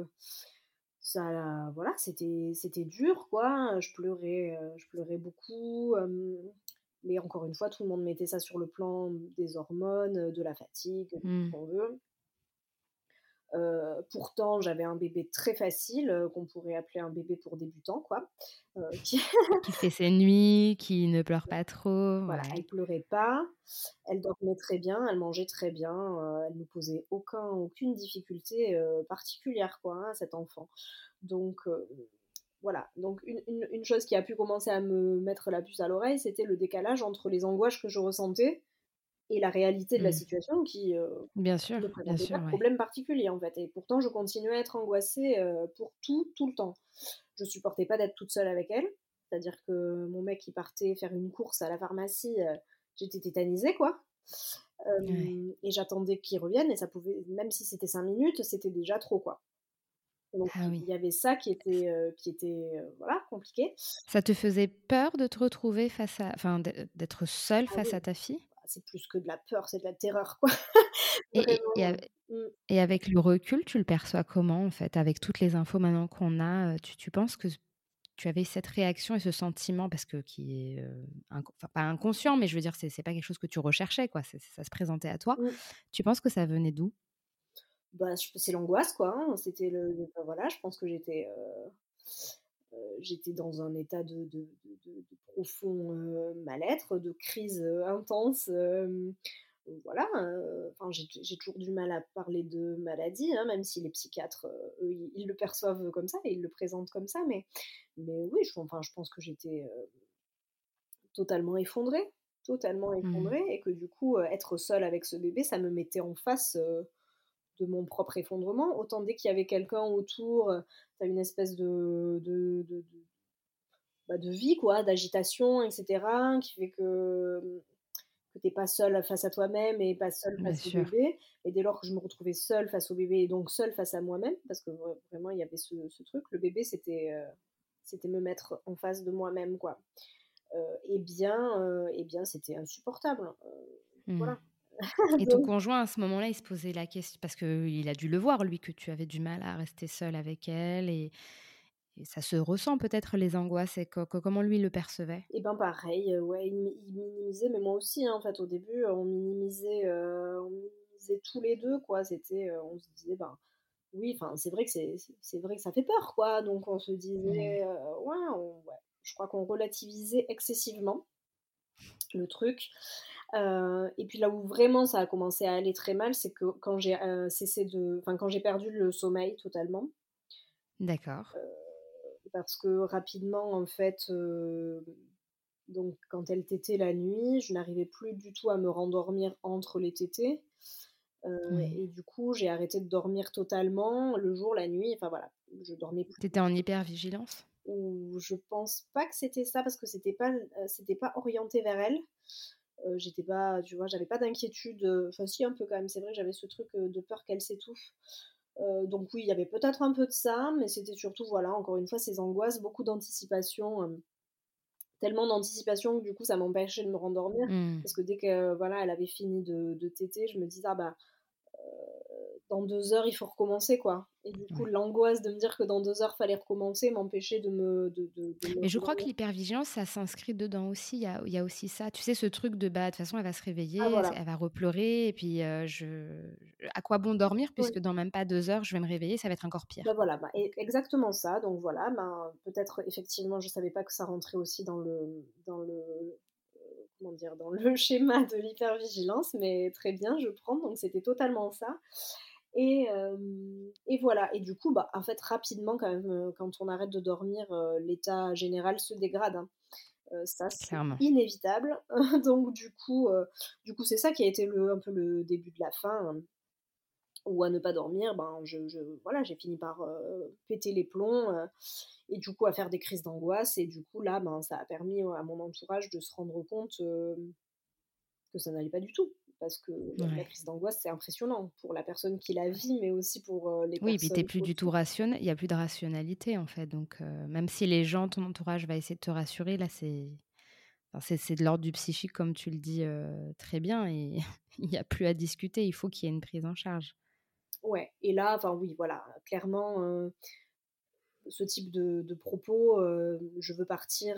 B: ça, voilà, c'était dur, quoi, je pleurais beaucoup, mais encore une fois, tout le monde mettait ça sur le plan des hormones, de la fatigue, de tout ce
A: Mmh.
B: qu'on veut. Pourtant, j'avais un bébé très facile, qu'on pourrait appeler un bébé pour débutants, quoi, qui
A: Qui fait ses nuits, qui ne pleure pas trop,
B: voilà,
A: ouais.
B: elle pleurait pas, elle dormait très bien, elle mangeait très bien, elle ne posait aucune difficulté, particulière, quoi, hein, cette enfant. Donc voilà, donc une chose qui a pu commencer à me mettre la puce à l'oreille, c'était le décalage entre les angoisses que je ressentais et la réalité de la
A: Mmh.
B: situation qui ne
A: Bien
B: présentait pas
A: sûr,
B: de
A: ouais.
B: problème particulier, en fait, et pourtant je continuais à être angoissée, pour tout, tout le temps. Je supportais pas d'être toute seule avec elle, c'est-à-dire que mon mec, il partait faire une course à la pharmacie, j'étais tétanisée, quoi.
A: Ouais.
B: Et j'attendais qu'il revienne, et ça pouvait, même si c'était 5 minutes, c'était déjà trop, quoi. Donc
A: Ah oui.
B: il y avait ça qui était, voilà, compliqué.
A: Ça te faisait peur de te retrouver face à enfin, d'être seule
B: Ah
A: face
B: oui,
A: à ta fille?
B: bah, c'est plus que de la peur, c'est de la terreur, quoi.
A: Et et et
B: Vraiment,
A: ave
B: mmh.
A: et avec le recul, tu le perçois comment, en fait? Avec toutes les infos maintenant qu'on a, tu penses que tu avais cette réaction et ce sentiment parce que qui est, enfin pas inconscient, mais je veux dire, c'est pas quelque chose que tu recherchais, quoi, ça se présentait à toi.
B: Mmh.
A: Tu penses que ça venait d'où?
B: Bah, c'est l'angoisse, quoi, hein. C'était bah, voilà, je pense que j'étais dans un état de profond, mal-être, de crise, intense, voilà, enfin, j'ai toujours du mal à parler de maladie, hein, même si les psychiatres, eux, ils le perçoivent comme ça et ils le présentent comme ça, mais oui, enfin, je pense que j'étais, totalement
A: Mmh.
B: effondrée et que du coup, être seule avec ce bébé, ça me mettait en face, de mon propre effondrement. Autant dès qu'il y avait quelqu'un autour, tu as une espèce de vie quoi, d'agitation et cetera, qui fait que tu es pas seule face à toi-même et pas seule
A: Bien
B: face au
A: sûr.
B: bébé et dès lors que je me retrouvais seule face au bébé et donc seule face à moi-même, parce que vraiment il y avait ce truc, le bébé c'était me mettre en face de moi-même quoi. Et bien c'était insupportable,
A: Mmh.
B: voilà.
A: Et ton
B: Donc
A: conjoint, à ce moment-là, il se posait la question parce qu'il a dû le voir, lui, que tu avais du mal à rester seule avec elle et ça se ressent peut-être les angoisses et comment lui le percevait?
B: et ben pareil, ouais, il minimisait, mais moi aussi, hein, en fait, au début, on minimisait tous les 2 quoi. On se disait: «Ben, oui, enfin, c'est vrai que ça fait peur, quoi», donc on se
A: Mmh.
B: disait, ouais, ouais, je crois qu'on relativisait excessivement le truc, et puis là où vraiment ça a commencé à aller très mal, c'est que quand j'ai, quand j'ai perdu le sommeil totalement,
A: D'accord.
B: parce que rapidement, en fait, donc quand elle tétait la nuit, je n'arrivais plus du tout à me rendormir entre les tétées,
A: Oui.
B: et du coup, j'ai arrêté de dormir totalement, le jour, la nuit, enfin voilà, je dormais plus
A: Tu
B: du
A: étais en
B: tout.
A: hypervigilance?
B: Ou je pense pas que c'était ça parce que c'était pas orienté vers elle. J'étais pas tu vois, j'avais pas d'inquiétude, enfin si un peu quand même, c'est vrai que j'avais ce truc, de peur qu'elle s'étouffe. Donc oui, il y avait peut-être un peu de ça, mais c'était surtout, voilà, encore une fois, ces angoisses, beaucoup d'anticipation, tellement d'anticipation que du coup ça m'empêchait de me rendormir.
A: Mmh.
B: Parce que dès que, voilà, elle avait fini de téter, je me disais: «Ah bah, dans 2 heures, il faut recommencer, quoi», et du coup,
A: Ouais.
B: l'angoisse de me dire que dans 2 heures, fallait recommencer m'empêchait de me
A: Mais je crois que
B: rendormir.
A: l'hypervigilance, ça s'inscrit dedans aussi. Il y a aussi ça. Tu sais, ce truc de, bah, de toute façon, elle va se
B: Ah
A: réveiller,
B: voilà,
A: elle va repleurer et puis, à quoi bon dormir
B: oui.
A: puisque dans même pas 2 heures, je vais me réveiller, ça va être encore
B: Bah,
A: pire, quoi.
B: voilà, bah, exactement ça, donc voilà, ben, peut-être effectivement, je savais pas que ça rentrait aussi comment dire? Dans le schéma de l'hypervigilance, mais très bien, je prends, donc c'était totalement ça. Et voilà, et du coup, bah, en fait, rapidement quand même, quand on arrête de dormir, l'état général se dégrade, hein. Ça, c'est
A: Clairement.
B: inévitable. Donc du coup, c'est ça qui a été un peu le début de la fin, où à ne pas dormir, ben, voilà, j'ai fini par, péter les plombs, et du coup à faire des crises d'angoisse et du coup là, ben, ça a permis, à mon entourage de se rendre compte, que ça n'allait pas du tout. Parce que la
A: Ouais.
B: crise d'angoisse, c'est impressionnant pour la personne qui la vit, mais aussi pour, les
A: Oui, et puis tu
B: personnes
A: plus du tout
B: autour.
A: rationnel. Il y a plus de rationalité, en fait, donc même si les gens, ton entourage va essayer de te rassurer, là, c'est de l'ordre du psychique comme tu le dis, très bien et il y a plus à discuter. Il faut qu'il y ait une prise en charge.
B: Ouais, et là, enfin oui, voilà, clairement, ce type de propos, «Je veux partir»,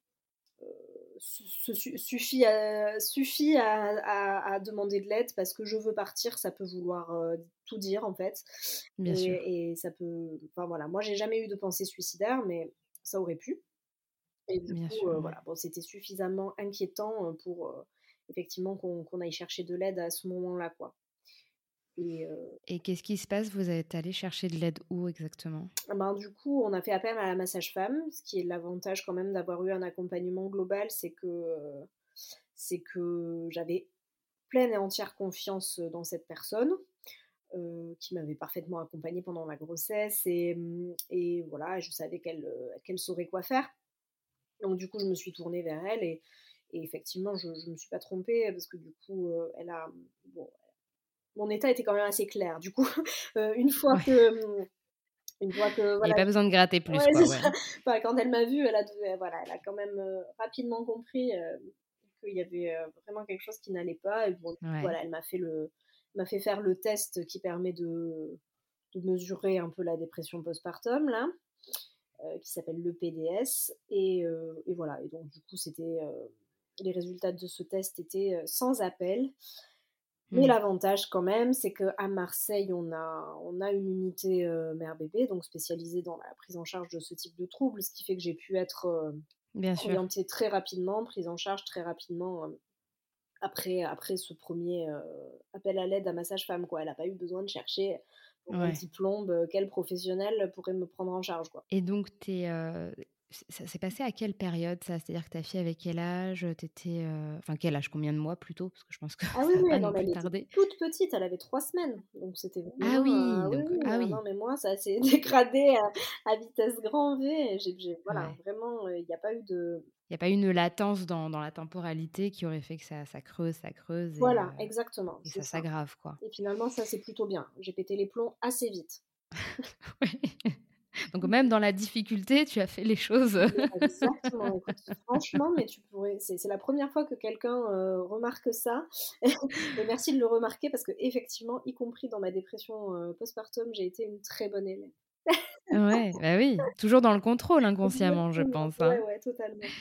B: suffit à demander de l'aide parce que «je veux partir», ça peut vouloir, tout dire en fait,
A: Bien sûr.
B: et ça peut, enfin voilà, moi j'ai jamais eu de pensée suicidaire, mais ça aurait pu, et du
A: Bien
B: coup,
A: sûr, ouais.
B: voilà, bon, c'était suffisamment inquiétant, pour, effectivement qu'on aille chercher de l'aide à ce moment-là, quoi. Et
A: Et qu'est-ce qui se passe? Vous êtes allés chercher de l'aide où exactement?
B: ben, du coup, on a fait appel à la sage-femme, ce qui est l'avantage quand même d'avoir eu un accompagnement global, c'est que j'avais pleine et entière confiance dans cette personne, qui m'avait parfaitement accompagnée pendant la grossesse, et voilà, je savais qu'elle saurait quoi faire. Donc du coup, je me suis tournée vers elle, et effectivement, je me suis pas trompée parce que du coup, bon, mon état était quand même assez clair. Du coup, une fois
A: Ouais,
B: que, une fois que
A: il y avait
B: voilà,
A: pas besoin de gratter plus,
B: ouais,
A: quoi,
B: c'est
A: ouais.
B: ça. Enfin, quand elle m'a vue, voilà, elle a quand même, rapidement compris, qu'il y avait, vraiment quelque chose qui n'allait pas, et bon, du coup,
A: Ouais.
B: voilà, elle m'a fait faire le test qui permet de mesurer un peu la dépression postpartum là, qui s'appelle le PDS, et voilà, et donc du coup, les résultats de ce test étaient, sans appel. Mais
A: Mmh.
B: l'avantage quand même, c'est qu'à Marseille, on a une unité, mère-bébé, donc spécialisée dans la prise en charge de ce type de troubles, ce qui fait que j'ai pu être,
A: Bien sûr.
B: orientée très rapidement, prise en charge très rapidement, après ce premier appel à l'aide à ma sage-femme, quoi. Elle a pas eu besoin de chercher pour un
A: Ouais.
B: diplôme, quel professionnel pourrait me prendre en charge, quoi.
A: Et donc ça s'est passé à quelle période ça? C'est-à-dire que ta fille avait quel âge? T'étais enfin quel âge? Combien de mois plutôt? Parce que je pense que
B: Ah oui,
A: ça a
B: oui,
A: pas
B: non,
A: non
B: mais
A: plus
B: elle était
A: tardé.
B: toute petite, elle avait 3 semaines, donc c'était
A: Ah
B: vraiment,
A: oui,
B: oui,
A: donc
B: oui,
A: ah
B: non,
A: oui,
B: mais moi ça s'est dégradé à vitesse grand V et j'ai voilà,
A: ouais.
B: vraiment, il y a pas eu de
A: Il y a pas eu une latence dans la temporalité qui aurait fait que ça creuse
B: voilà, exactement,
A: et
B: c'est
A: ça
B: ça
A: s'aggrave, quoi.
B: et finalement ça c'est plutôt bien. J'ai pété les plombs assez vite.
A: Ouais. Donc même dans la difficulté, tu as fait les choses,
B: Mais exactement, écoute, franchement, mais tu pourrais c'est la première fois que quelqu'un, remarque ça et merci de le remarquer parce qu'effectivement, y compris dans ma dépression, postpartum, j'ai été une très bonne élève.
A: Ouais, bah oui, toujours dans le contrôle inconsciemment, je
B: Exactement,
A: pense,
B: ouais,
A: hein.
B: ouais, totalement.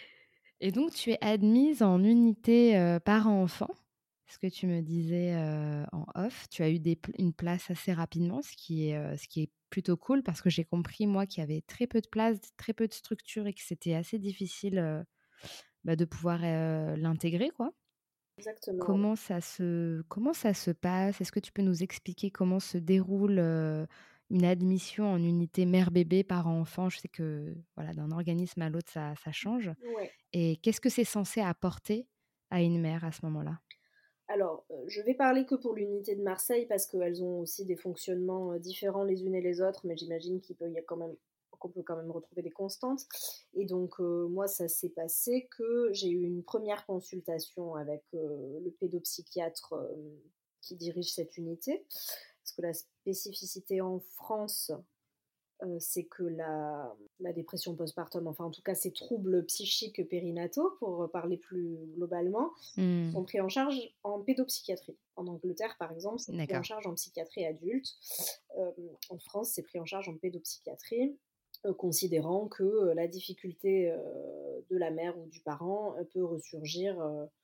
A: Et donc tu es admise en unité, parents-enfants, ce que tu me disais, en off. Tu as eu une place assez rapidement, ce qui est plutôt cool parce que j'ai compris moi qu'il y avait très peu de place, très peu de structure et que c'était assez difficile, bah, de pouvoir, l'intégrer, quoi.
B: Exactement.
A: Comment ça se passe? Est-ce que tu peux nous expliquer comment se déroule, une admission en unité mère-bébé, parent-enfant? Je sais que, voilà, d'un organisme à l'autre, ça change.
B: Ouais.
A: Et qu'est-ce que c'est censé apporter à une mère à ce moment-là?
B: Alors, je vais parler que pour l'unité de Marseille parce qu'elles ont aussi des fonctionnements, différents les unes et les autres, mais j'imagine qu'il peut y a quand même qu'on peut quand même retrouver des constantes et donc moi, ça s'est passé que j'ai eu une première consultation avec, le pédopsychiatre, qui dirige cette unité. Parce que la spécificité en France, c'est que la dépression postpartum, enfin en tout cas ces troubles psychiques périnataux, pour parler plus globalement,
A: Mmh.
B: sont pris en charge en pédopsychiatrie. En Angleterre, par exemple, c'est pris en
A: D'accord.
B: charge en psychiatrie adulte. Euh, En France, c'est pris en charge en pédopsychiatrie, considérant que la difficulté de la mère ou du parent peut ressurgir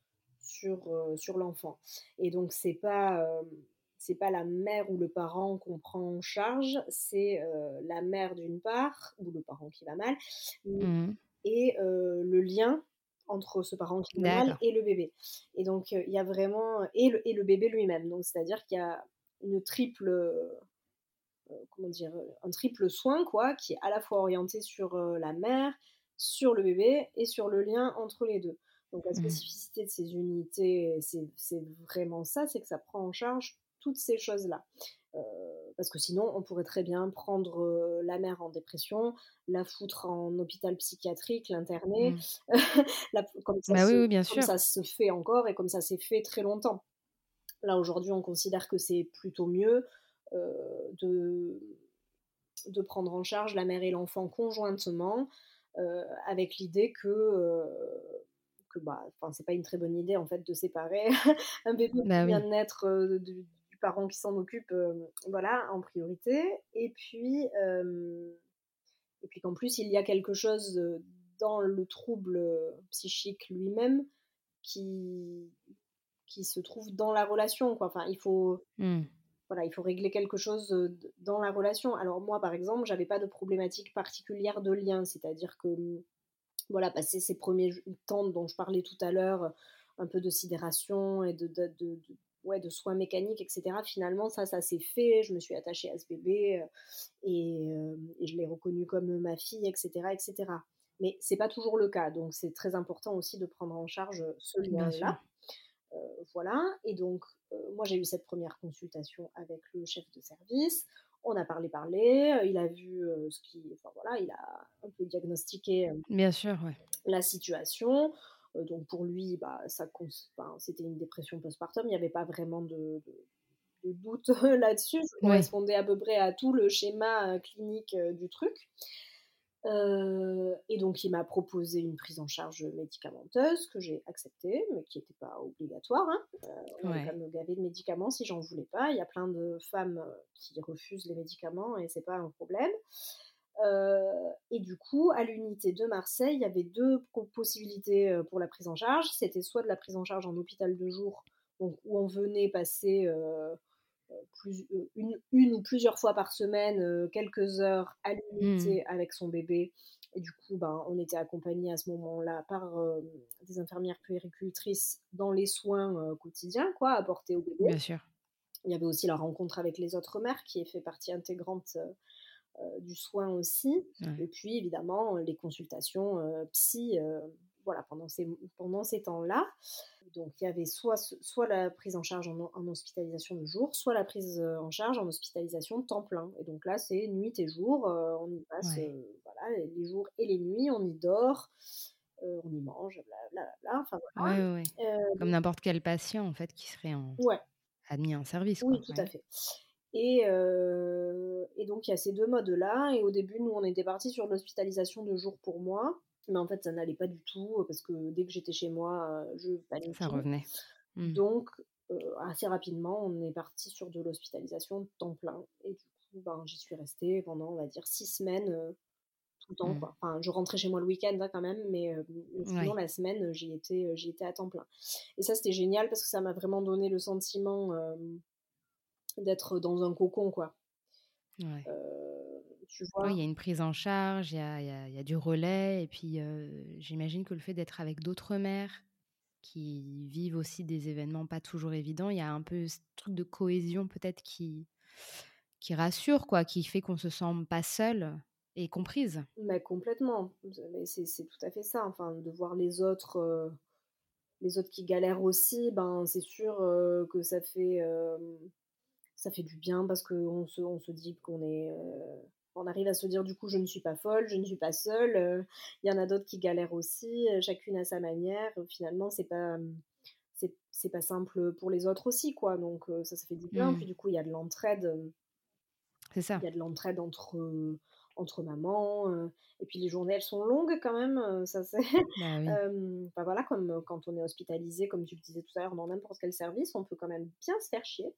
B: sur l'enfant. Et donc, c'est pas la mère ou le parent qu'on prend en charge, c'est la mère d'une part, ou le parent qui va mal,
A: Mmh.
B: et le lien entre ce parent qui va mal
A: D'accord.
B: et le bébé. Et donc, il y a vraiment et le bébé lui-même. Donc c'est-à-dire qu'il y a une triple, comment dire? Un triple soin quoi, qui est à la fois orienté sur, la mère, sur le bébé et sur le lien entre les 2. Donc la
A: Mmh.
B: spécificité de ces unités, c'est vraiment ça, c'est que ça prend en charge toutes ces choses-là. Heu, Parce que sinon, on pourrait très bien prendre, la mère en dépression, la foutre en hôpital psychiatrique, l'interner,
A: Mmh.
B: la
A: Bah, oui, oui, bien
B: comme
A: sûr.
B: ça se fait encore et comme ça s'est fait très longtemps. Là, aujourd'hui, on considère que c'est plutôt mieux, de prendre en charge la mère et l'enfant conjointement, avec l'idée que bah, enfin, c'est pas une très bonne idée, en fait, de séparer un bébé qui
A: Bah,
B: vient
A: oui.
B: de naître, du parent qui s'en occupe, voilà, en priorité et puis qu'en plus, il y a quelque chose, dans le trouble, psychique lui-même qui se trouve dans la relation, quoi. Enfin,
A: Mmh.
B: voilà, il faut régler quelque chose, dans la relation. Alors moi, par exemple, j'avais pas de problématique particulière de lien, c'est-à-dire que, voilà, passer ces premiers temps dont je parlais tout à l'heure, un peu de sidération et ouais, de soins mécaniques et cetera, finalement ça s'est fait. Je me suis attachée à ce bébé, et je l'ai reconnu comme ma fille et cetera et cetera. Mais c'est pas toujours le cas, donc c'est très important aussi de prendre en charge, ce
A: Bien sûr.
B: lien-là. Voilà et donc moi j'ai eu cette première consultation avec le chef de service. On a parlé, il a vu, ce qui enfin voilà, il a un peu diagnostiqué,
A: Bien sûr, ouais.
B: la situation. Donc pour lui, bah, enfin, c'était une dépression postpartum, il n'y avait pas vraiment de doute là-dessus. Ça
A: Ouais.
B: correspondait à peu près à tout le schéma, clinique, du truc. Et donc il m'a proposé une prise en charge médicamenteuse que j'ai acceptée, mais qui était pas obligatoire, hein. On allait pas
A: Ouais.
B: me gaver de médicaments si j'en voulais pas. Il y a plein de femmes, qui refusent les médicaments et c'est pas un problème. Et du coup, à l'unité de Marseille, il y avait 2 possibilités, pour la prise en charge. C'était soit de la prise en charge en hôpital de jour, donc où on venait passer, une ou plusieurs fois par semaine, quelques heures à
A: Mmh.
B: l'unité avec son bébé et du coup, ben, on était accompagnés à ce moment-là par, des infirmières puéricultrices dans les soins, quotidiens quoi, apportés au bébé.
A: Bien sûr.
B: Il y avait aussi la rencontre avec les autres mères qui fait partie intégrante, du soin aussi.
A: Ouais.
B: Et puis évidemment, les consultations psy, voilà, pendant ces temps-là. Donc il y avait soit la prise en charge en hospitalisation de jour, soit la prise en charge en hospitalisation de temps plein. Et donc là, c'est nuit et jour, on y passe
A: Ouais.
B: voilà, les jours et les nuits, on y dort, on y mange, blablabla, enfin
A: Ouais, ouais, ouais.
B: voilà.
A: Comme n'importe quel patient, en fait, qui serait
B: Ouais,
A: admis en service,
B: oui,
A: quoi.
B: tout à
A: Ouais.
B: fait. Et donc il y a ces 2 modes-là et au début, nous, on était partis sur de l'hospitalisation de jour pour moi, mais en fait, ça n'allait pas du tout, parce que dès que j'étais chez moi, je
A: Ça
B: paniquais.
A: revenait. Mmh.
B: Donc assez rapidement, on est parti sur de l'hospitalisation de temps plein et du coup, ben, j'y suis restée pendant, on va dire 6 semaines, tout le temps,
A: Mmh.
B: quoi. Enfin, je rentrais chez moi le week-end, hein, quand même, mais sinon
A: Ouais.
B: la semaine, j'y étais à temps plein et ça, c'était génial parce que ça m'a vraiment donné le sentiment, d'être dans un cocon, quoi.
A: Ouais.
B: Tu
A: Oui,
B: vois?
A: il y a une prise en charge, il y a du relais et puis, j'imagine que le fait d'être avec d'autres mères qui vivent aussi des événements pas toujours évidents, il y a un peu ce truc de cohésion peut-être qui rassure quoi, qui fait qu'on se sent pas seule et comprise.
B: Mais complètement, mais c'est tout à fait ça, enfin, de voir les autres qui galèrent aussi, ben, c'est sûr, que ça fait du bien parce qu'on se dit qu'on est, on arrive à se dire: «Du coup, je ne suis pas folle, je ne suis pas seule, il y en a d'autres qui galèrent aussi, chacune à sa manière». Finalement, c'est pas simple pour les autres aussi, quoi, donc ça fait du bien.
A: Mmh.
B: Puis du coup, il y a de l'entraide,
A: C'est ça.
B: il y a de l'entraide entre mamans, et puis les journées, elles sont longues quand même, ça c'est
A: Bah oui,
B: enfin voilà, comme, quand on est hospitalisé, comme tu le disais tout à l'heure, dans n'importe quel service, on peut quand même bien se faire chier.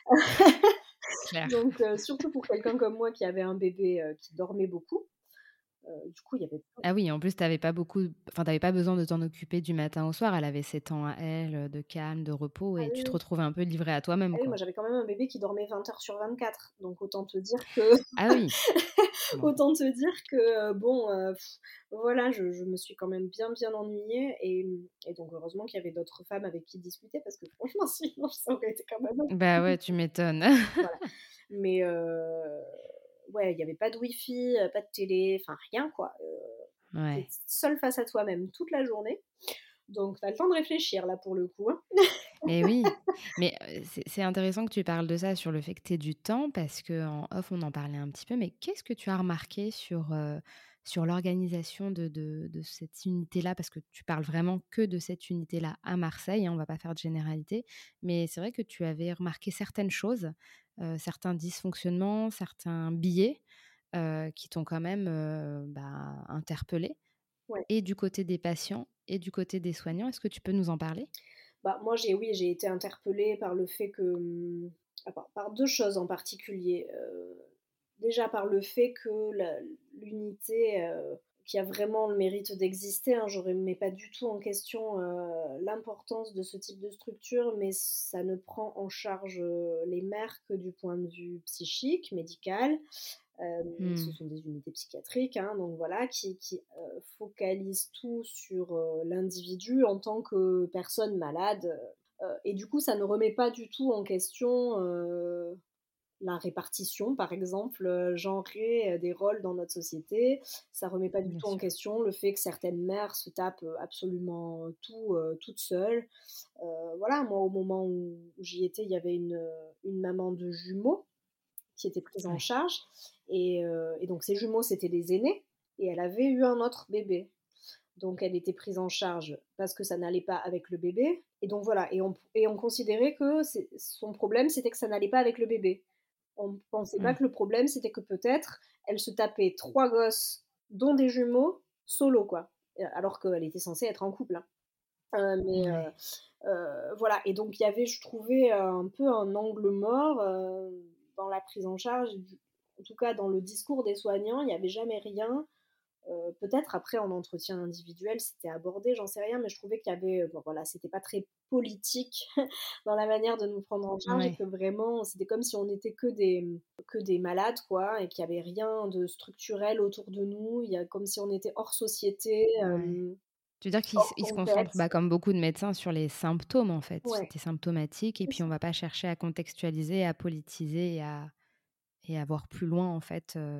A: c'est clair.
B: Donc surtout pour quelqu'un comme moi qui avait un bébé, qui dormait beaucoup, du coup, il y avait
A: Ah oui, en plus tu avais pas besoin de t'en occuper du matin au soir. Elle avait ses temps à elle, de calme, de repos
B: ah
A: et
B: oui,
A: tu te
B: oui.
A: retrouvais un peu livrée à
B: Ah
A: toi-même,
B: oui, moi
A: quoi.
B: j'avais quand même un bébé qui dormait 20 heures sur 24, donc autant te dire que
A: Ah oui, bon.
B: autant te dire que, bon, voilà, je me suis quand même bien ennuyée et donc heureusement qu'il y avait d'autres femmes avec qui discuter parce que franchement sinon ça aurait été quand même un peu
A: Bah ouais, tu
B: compliqué.
A: m'étonnes.
B: Voilà, mais ouais, il y avait pas de wifi, pas de télé, enfin rien quoi, tu es
A: Ouais.
B: seule face à toi-même toute la journée, donc tu as le temps de réfléchir là pour le coup, hein.
A: Mais oui, mais c'est intéressant que tu parles de ça, sur le fait que tu aies du temps parce qu'en off, on en parlait un petit peu, mais qu'est-ce que tu as remarqué sur l'organisation de cette unité-là? Parce que tu parles vraiment que de cette unité-là à Marseille, hein, on va pas faire de généralité, mais c'est vrai que tu avais remarqué certaines choses, certains dysfonctionnements, certains biais, qui t'ont quand même, bah, interpellée
B: Ouais.
A: et du côté des patients et du côté des soignants. Est-ce que tu peux nous en parler?
B: Bah, moi, j'ai été interpellée par le fait que, par 2 choses en particulier. Déjà par le fait que l'unité, qui a vraiment le mérite d'exister, hein, je remets pas du tout en question, l'importance de ce type de structure, mais ça ne prend en charge, les mères que du point de vue psychique, médical. Ce
A: Mmh.
B: sont des unités psychiatriques, hein, donc voilà, qui focalisent tout sur l'individu en tant que personne malade. Et du coup, ça ne remet pas du tout en question la répartition, par exemple, genrée des rôles dans notre société. Ça remet pas du
A: Bien
B: tout en
A: sûr.
B: question le fait que certaines mères se tapent absolument tout toutes seules. Voilà, moi, au moment où j'y étais, il y avait une maman de jumeaux qui était prise en
A: Ouais.
B: charge. Et donc ces jumeaux, c'était les aînés, et elle avait eu un autre bébé. Donc elle était prise en charge parce que ça n'allait pas avec le bébé. Et donc voilà, et on considérait que son problème, c'était que ça n'allait pas avec le bébé. On ne pensait pas
A: Mmh.
B: que le problème, c'était que peut-être elle se tapait trois gosses, dont des jumeaux, solo, quoi. Alors qu'elle était censée être en couple, hein. Mais
A: Ouais.
B: voilà, et donc il y avait, je trouvais, un peu un angle mort, dans la prise en charge, en tout cas dans le discours des soignants, il n'y avait jamais rien. Peut-être après en entretien individuel, c'était abordé, j'en sais rien, mais je trouvais qu'il y avait, bon voilà, c'était pas très politique dans la manière de nous prendre en charge et
A: Ouais.
B: que vraiment c'était comme si on n'était que des malades quoi et qu'il y avait rien de structurel autour de nous. Il y a comme si on était hors société,
A: Ouais. Tu veux dire qu'ils
B: hors
A: ils se concentrent,
B: contexte.
A: bah, comme beaucoup de médecins, sur les symptômes, en fait.
B: Ouais,
A: Tu symptomatique et
B: c'est
A: puis on
B: ça.
A: va pas chercher à contextualiser, à politiser et à voir plus loin, en fait.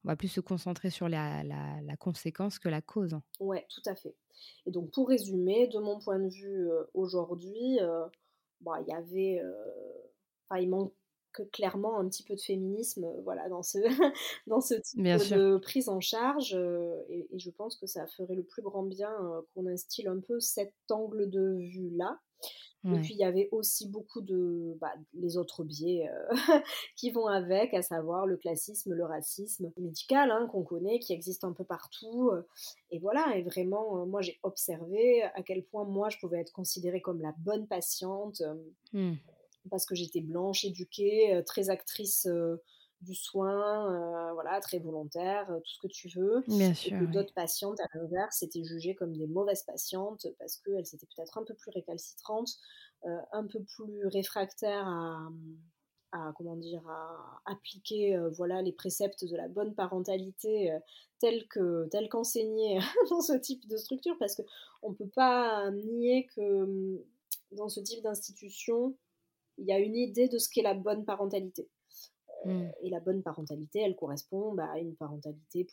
A: On va plus se concentrer sur la conséquence que la cause.
B: Ouais, tout à fait. Et donc pour résumer, de mon point de vue, aujourd'hui, bah, il y avait, enfin il manque clairement un petit peu de féminisme, voilà dans ce dans ce type
A: Bien sûr,
B: de prise en charge, et je pense que ça ferait le plus grand bien, qu'on instille un peu cet angle de vue-là. Et
A: ouais.
B: puis il y avait aussi beaucoup de, bah, les autres biais, qui vont avec, à savoir le classisme, le racisme médical, hein, qu'on connaît, qui existe un peu partout, et voilà. Et vraiment, moi j'ai observé à quel point moi je pouvais être considérée comme la bonne patiente,
A: Mmh.
B: parce que j'étais blanche, éduquée, très actrice, du soin, voilà, très volontaire, tout ce que tu veux.
A: Bien
B: Et
A: sûr,
B: que
A: oui.
B: d'autres patientes, à l'inverse, étaient jugées comme des mauvaises patientes parce qu'elles étaient peut-être un peu plus récalcitrantes, un peu plus réfractaires à comment dire? À appliquer, voilà, les préceptes de la bonne parentalité, tels qu'enseignés dans ce type de structure. Parce qu'on ne peut pas nier que, dans ce type d'institution, il y a une idée de ce qu'est la bonne parentalité.
A: Mmh.
B: Et la bonne parentalité, elle correspond, bah, à une parentalité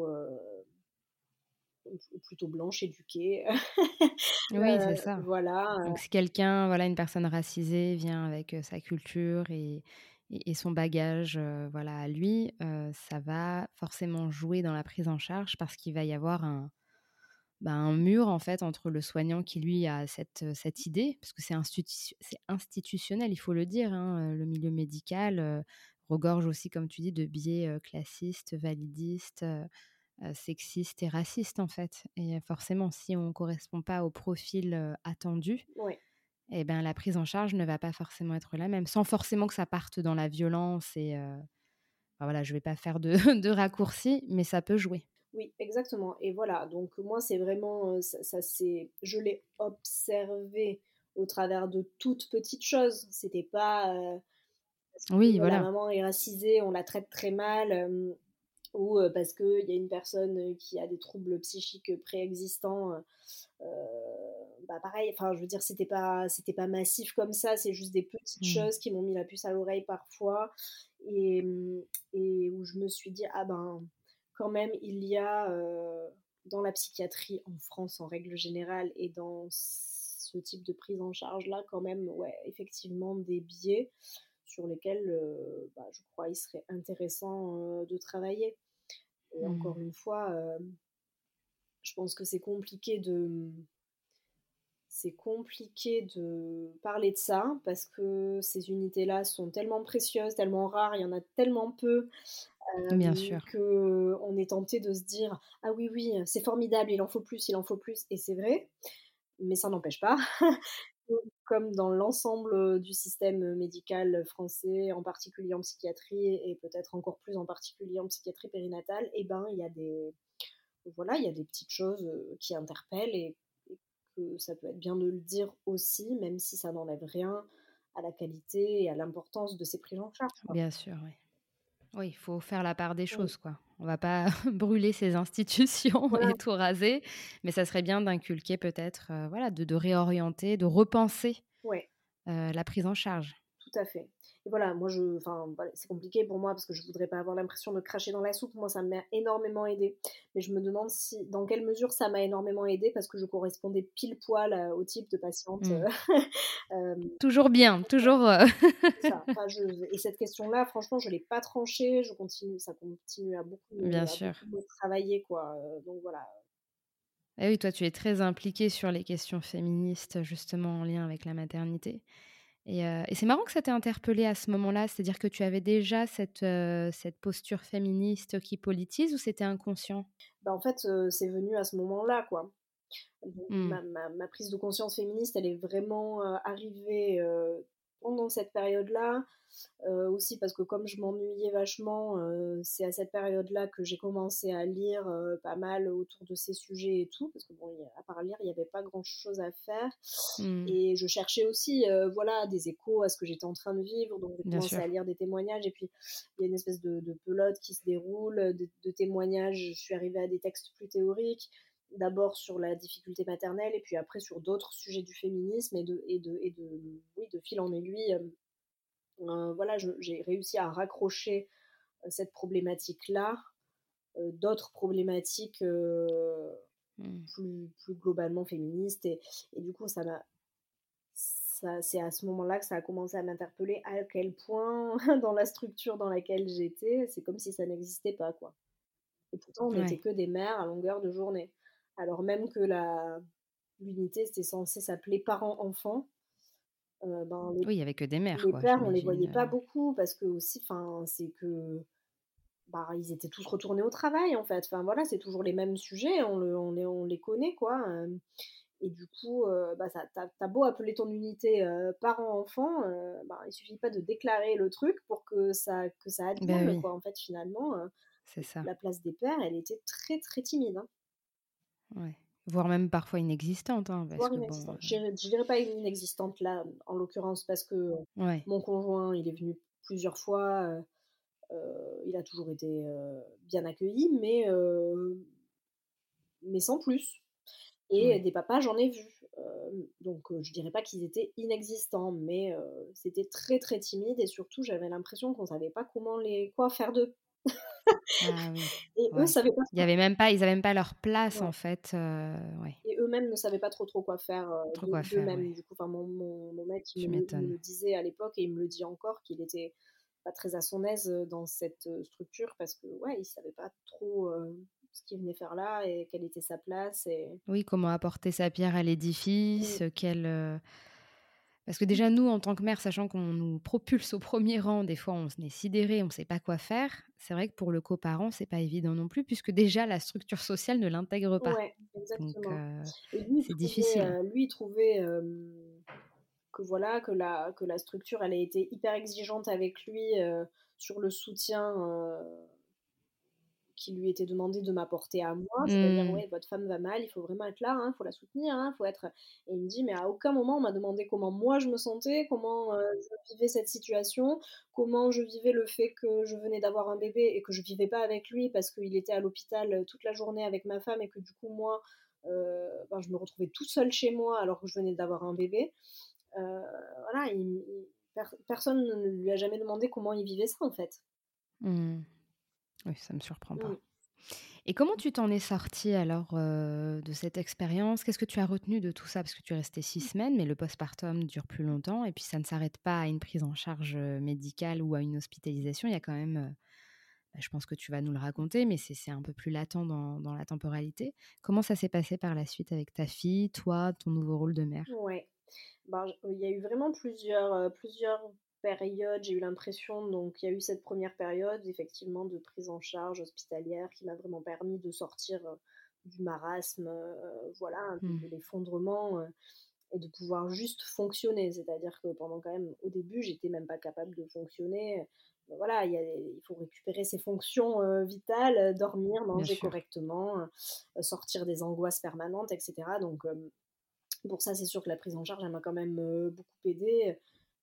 B: plutôt blanche, éduquée.
A: Oui, c'est ça.
B: Voilà,
A: Donc si quelqu'un, voilà, une personne racisée vient avec, sa culture et son bagage, voilà, à lui, ça va forcément jouer dans la prise en charge parce qu'il va y avoir un mur, en fait, entre le soignant qui, lui, a cette idée, parce que c'est institutionnel, il faut le dire, hein, le milieu médical, regorge aussi, comme tu dis, de biais, classistes, validistes, sexistes et racistes, en fait. Et forcément, si on ne correspond pas au profil, attendu,
B: ouais.
A: et ben, la prise en charge ne va pas forcément être la même, sans forcément que ça parte dans la violence et enfin, voilà, je ne vais pas faire de de raccourcis, mais ça peut jouer.
B: Oui, exactement. Et voilà, donc moi, c'est vraiment, ça c'est je l'ai observé au travers de toutes petites choses. C'était pas, parce que
A: Oui,
B: la
A: voilà.
B: maman est racisée, on la traite très mal, ou parce qu'il y a une personne, qui a des troubles psychiques, préexistants, Heu, bah, pareil, enfin, je veux dire, c'était pas massif comme ça, c'est juste des petites
A: Mmh.
B: choses qui m'ont mis la puce à l'oreille parfois, et et où je me suis dit: «Ah ben, quand même, il y a, dans la psychiatrie en France, en règle générale, et dans ce type de prise en charge-là, quand même, ouais, effectivement, des biais sur lesquels, bah, je crois, il serait intéressant, de travailler». Et
A: Mmh.
B: encore une fois, je pense que c'est compliqué de parler de ça parce que ces unités-là sont tellement précieuses, tellement rares, il y en a tellement peu,
A: Bien sûr.
B: qu'on est tenté de se dire: «Ah oui, oui, c'est formidable, il en faut plus, il en faut plus», et c'est vrai, mais ça n'empêche pas, comme dans l'ensemble, du système médical français, en particulier en psychiatrie et peut-être encore plus en particulier en psychiatrie périnatale, et ben, il y a des voilà, il y a des petites choses, qui interpellent, et que ça peut être bien de le dire aussi, même si ça n'enlève rien à la qualité et à l'importance de ces prises en charge, quoi.
A: Bien sûr, oui. Oui, il faut faire la part des
B: Mmh.
A: choses, quoi. On va pas brûler ces institutions
B: Voilà,
A: et tout raser, mais ça serait bien d'inculquer peut-être, voilà, de réorienter, de repenser,
B: ouais.
A: la prise en charge.
B: Tout à fait. Et voilà, moi enfin, voilà, c'est compliqué pour moi parce que je voudrais pas avoir l'impression de cracher dans la soupe. Moi, ça m'a énormément aidée. Mais je me demande si, dans quelle mesure ça m'a énormément aidée parce que je correspondais pile poil au type de patiente.
A: Mmh.
B: Euh,
A: Toujours bien, toujours,
B: c'est ça. Enfin, et cette question-là, franchement, je l'ai pas tranchée. Ça continue
A: bien
B: à
A: sûr.
B: beaucoup me travailler, quoi. Donc voilà.
A: Et oui, toi, tu es très impliquée sur les questions féministes, justement en lien avec la maternité. Et c'est marrant que ça t'ait interpellée à ce moment-là, c'est-à-dire que tu avais déjà cette posture féministe qui politise ou c'était inconscient?
B: Bah, en fait, c'est venu à ce moment-là, quoi. Donc
A: Mmh.
B: ma prise de conscience féministe, elle est vraiment, arrivée, pendant cette période-là. Aussi parce que comme je m'ennuyais vachement, c'est à cette période-là que j'ai commencé à lire, pas mal autour de ces sujets et tout, parce que bon, à part lire, il n'y avait pas grand-chose à faire,
A: Mmh.
B: et je cherchais aussi, voilà, des échos à ce que j'étais en train de vivre, donc j'ai
A: Bien
B: commencé
A: sûr.
B: à lire des témoignages, et puis il y a une espèce de pelote qui se déroule, de témoignages. Je suis arrivée à des textes plus théoriques, d'abord sur la difficulté maternelle et puis après sur d'autres sujets du féminisme, oui, de fil en aiguille, voilà, j'ai réussi à raccrocher cette problématique-là, d'autres problématiques
A: Mmh.
B: plus globalement féministes. Et du coup, c'est à ce moment-là que ça a commencé à m'interpeller à quel point, dans la structure dans laquelle j'étais, c'est comme si ça n'existait pas, quoi. Et pourtant, on n'était
A: Ouais.
B: que des mères à longueur de journée. Alors même que l'unité, c'était censé s'appeler parents-enfants, ben,
A: Oui, il y avait que des mères,
B: les
A: quoi,
B: pères, on les
A: j'imagine,
B: voyait pas beaucoup parce que aussi, enfin, c'est que, bah, ils étaient tous retournés au travail, en fait. Enfin, voilà, c'est toujours les mêmes sujets, on les connaît, quoi, et du coup, bah, ça tu beau appeler ton unité, parents-enfants, bah, il suffit pas de déclarer le truc pour que ça
A: Bah,
B: advienne,
A: oui,
B: quoi. En fait, finalement,
A: c'est ça,
B: la place des pères, elle était très, très timide, hein,
A: ouais. Voire même parfois inexistante, hein, parce
B: voire
A: que bon,
B: inexistante. Je dirais pas inexistante là, en l'occurrence, parce que,
A: ouais.
B: mon conjoint, il est venu plusieurs fois, il a toujours été, bien accueilli, mais sans plus. Et
A: Ouais.
B: des papas, j'en ai vu. Donc je dirais pas qu'ils étaient inexistants, mais c'était très, très timide et surtout j'avais l'impression qu'on savait pas quoi faire d'eux
A: Ah oui,
B: et eux
A: ouais.
B: savaient pas
A: Il y avait même pas Ils avaient même pas leur place en
B: ouais,
A: fait, ouais.
B: et eux-mêmes ne savaient pas trop quoi faire,
A: Trop quoi faire, ouais.
B: d'eux-mêmes. Du coup, enfin mon mec,
A: Tu
B: il me
A: m'étonnes.
B: le disait à l'époque et il me le dit encore qu'il était pas très à son aise, dans cette, structure parce que, ouais, il savait pas trop, ce qu'il venait faire là et quelle était sa place et
A: Oui, comment apporter sa pierre à
B: mmh,
A: l'édifice, parce que déjà nous, en tant que mère, sachant qu'on nous propulse au premier rang, des fois on est sidérés, on ne sait pas quoi faire. C'est vrai que pour le coparent, c'est pas évident non plus puisque déjà la structure sociale ne l'intègre pas.
B: ouais,
A: Donc
B: exactement. Et lui,
A: c'est difficile.
B: il trouvait, que voilà, que la structure, elle a été hyper exigeante avec lui, sur le soutien, qui lui était demandé de m'apporter à moi. C'est-à-dire:
A: Mmh.
B: «Ouais, votre femme va mal, il faut vraiment être là, hein, il faut la soutenir, hein, faut être» et il me dit: «Mais à aucun moment on m'a demandé comment moi je me sentais, comment, je vivais cette situation, comment je vivais le fait que je venais d'avoir un bébé et que je vivais pas avec lui parce qu'il était à l'hôpital, toute la journée avec ma femme et que du coup moi, ben, je me retrouvais toute seule chez moi alors que je venais d'avoir un bébé». Voilà, personne ne lui a jamais demandé comment il vivait ça, en fait.
A: Mmh. Oui, ça me surprend
B: Mmh.
A: pas. Et comment tu t'en es sortie alors, de cette expérience? Qu'est-ce que tu as retenu de tout ça? Parce que tu es restée 6 semaines, mais le postpartum dure plus longtemps et puis ça ne s'arrête pas à une prise en charge, médicale ou à une hospitalisation. Il y a quand même, bah, je pense que tu vas nous le raconter, mais c'est un peu plus latent dans la temporalité. Comment ça s'est passé par la suite avec ta fille, toi, ton nouveau rôle de mère?
B: Ouais. Ben, il y a eu vraiment plusieurs périodes, j'ai eu l'impression. Donc il y a eu cette première période, effectivement, de prise en charge hospitalière qui m'a vraiment permis de sortir, du marasme, voilà, un peu
A: Mmh.
B: de l'effondrement, et de pouvoir juste fonctionner. C'est-à-dire que pendant quand même au début, j'étais même pas capable de fonctionner. Voilà, il faut récupérer ses fonctions, vitales, dormir,
A: Bien
B: manger
A: sûr.
B: correctement, sortir des angoisses permanentes et cetera. Donc pour ça, c'est sûr que la prise en charge, elle m'a quand même, beaucoup aidée,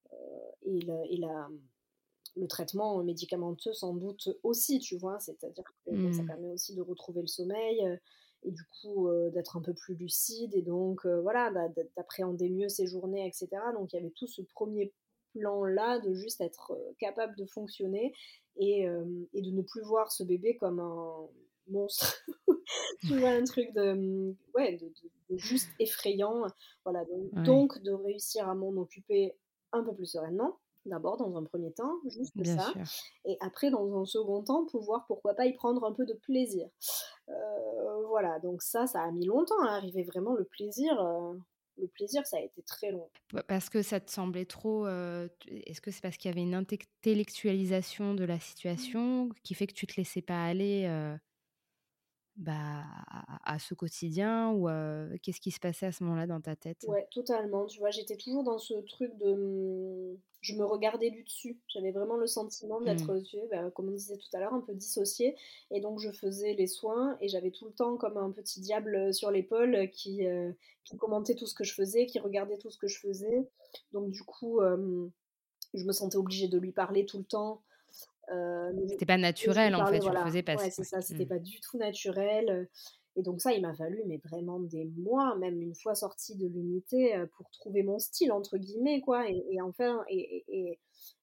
B: et le traitement médicamenteux sans doute aussi, tu vois? C'est-à-dire que, bon, ça
A: Mmh.
B: permet aussi de retrouver le sommeil, et du coup, d'être un peu plus lucide et donc voilà, d'appréhender mieux ses journées et cetera. Donc il y avait tout ce premier plan-là de juste être, capable de fonctionner et de ne plus voir ce bébé comme un monstre. Tu vois? Un truc de, ouais, de juste effrayant, voilà,
A: Ouais,
B: donc de réussir à m'en occuper un peu plus sereinement. D'abord, dans un premier temps, juste
A: bien
B: ça
A: sûr.
B: et après dans un second temps, pouvoir pourquoi pas y prendre un peu de plaisir. Voilà, donc ça a mis longtemps à arriver vraiment le plaisir ça a été très long.
A: Parce que ça te semblait trop, t est-ce que c'est parce qu'il y avait une intellectualisation de la situation qui fait que tu te laissais pas aller, bah, à ce quotidien ou qu'est-ce qui se passait à ce moment-là dans ta tête?
B: Ouais, totalement. Tu vois, j'étais toujours dans ce truc de, je me regardais du dessus. J'avais vraiment le sentiment
A: Mmh.
B: d'être, tu sais, bah, comme on disait tout à l'heure, un peu dissociée et donc je faisais les soins et j'avais tout le temps comme un petit diable, sur l'épaule, qui commentait tout ce que je faisais, qui regardait tout ce que je faisais. Donc du coup, je me sentais obligée de lui parler tout le temps,
A: C'était pas
B: et je lui
A: naturel en fait,
B: parlais,
A: tu le
B: voilà.
A: faisais parce
B: Ouais, c'est
A: ouais.
B: ça, c'était
A: Mmh.
B: pas du tout naturel, et donc ça, il m'a fallu, mais vraiment des mois, même une fois sortie de l'unité, pour trouver «mon style» entre guillemets, quoi, et enfin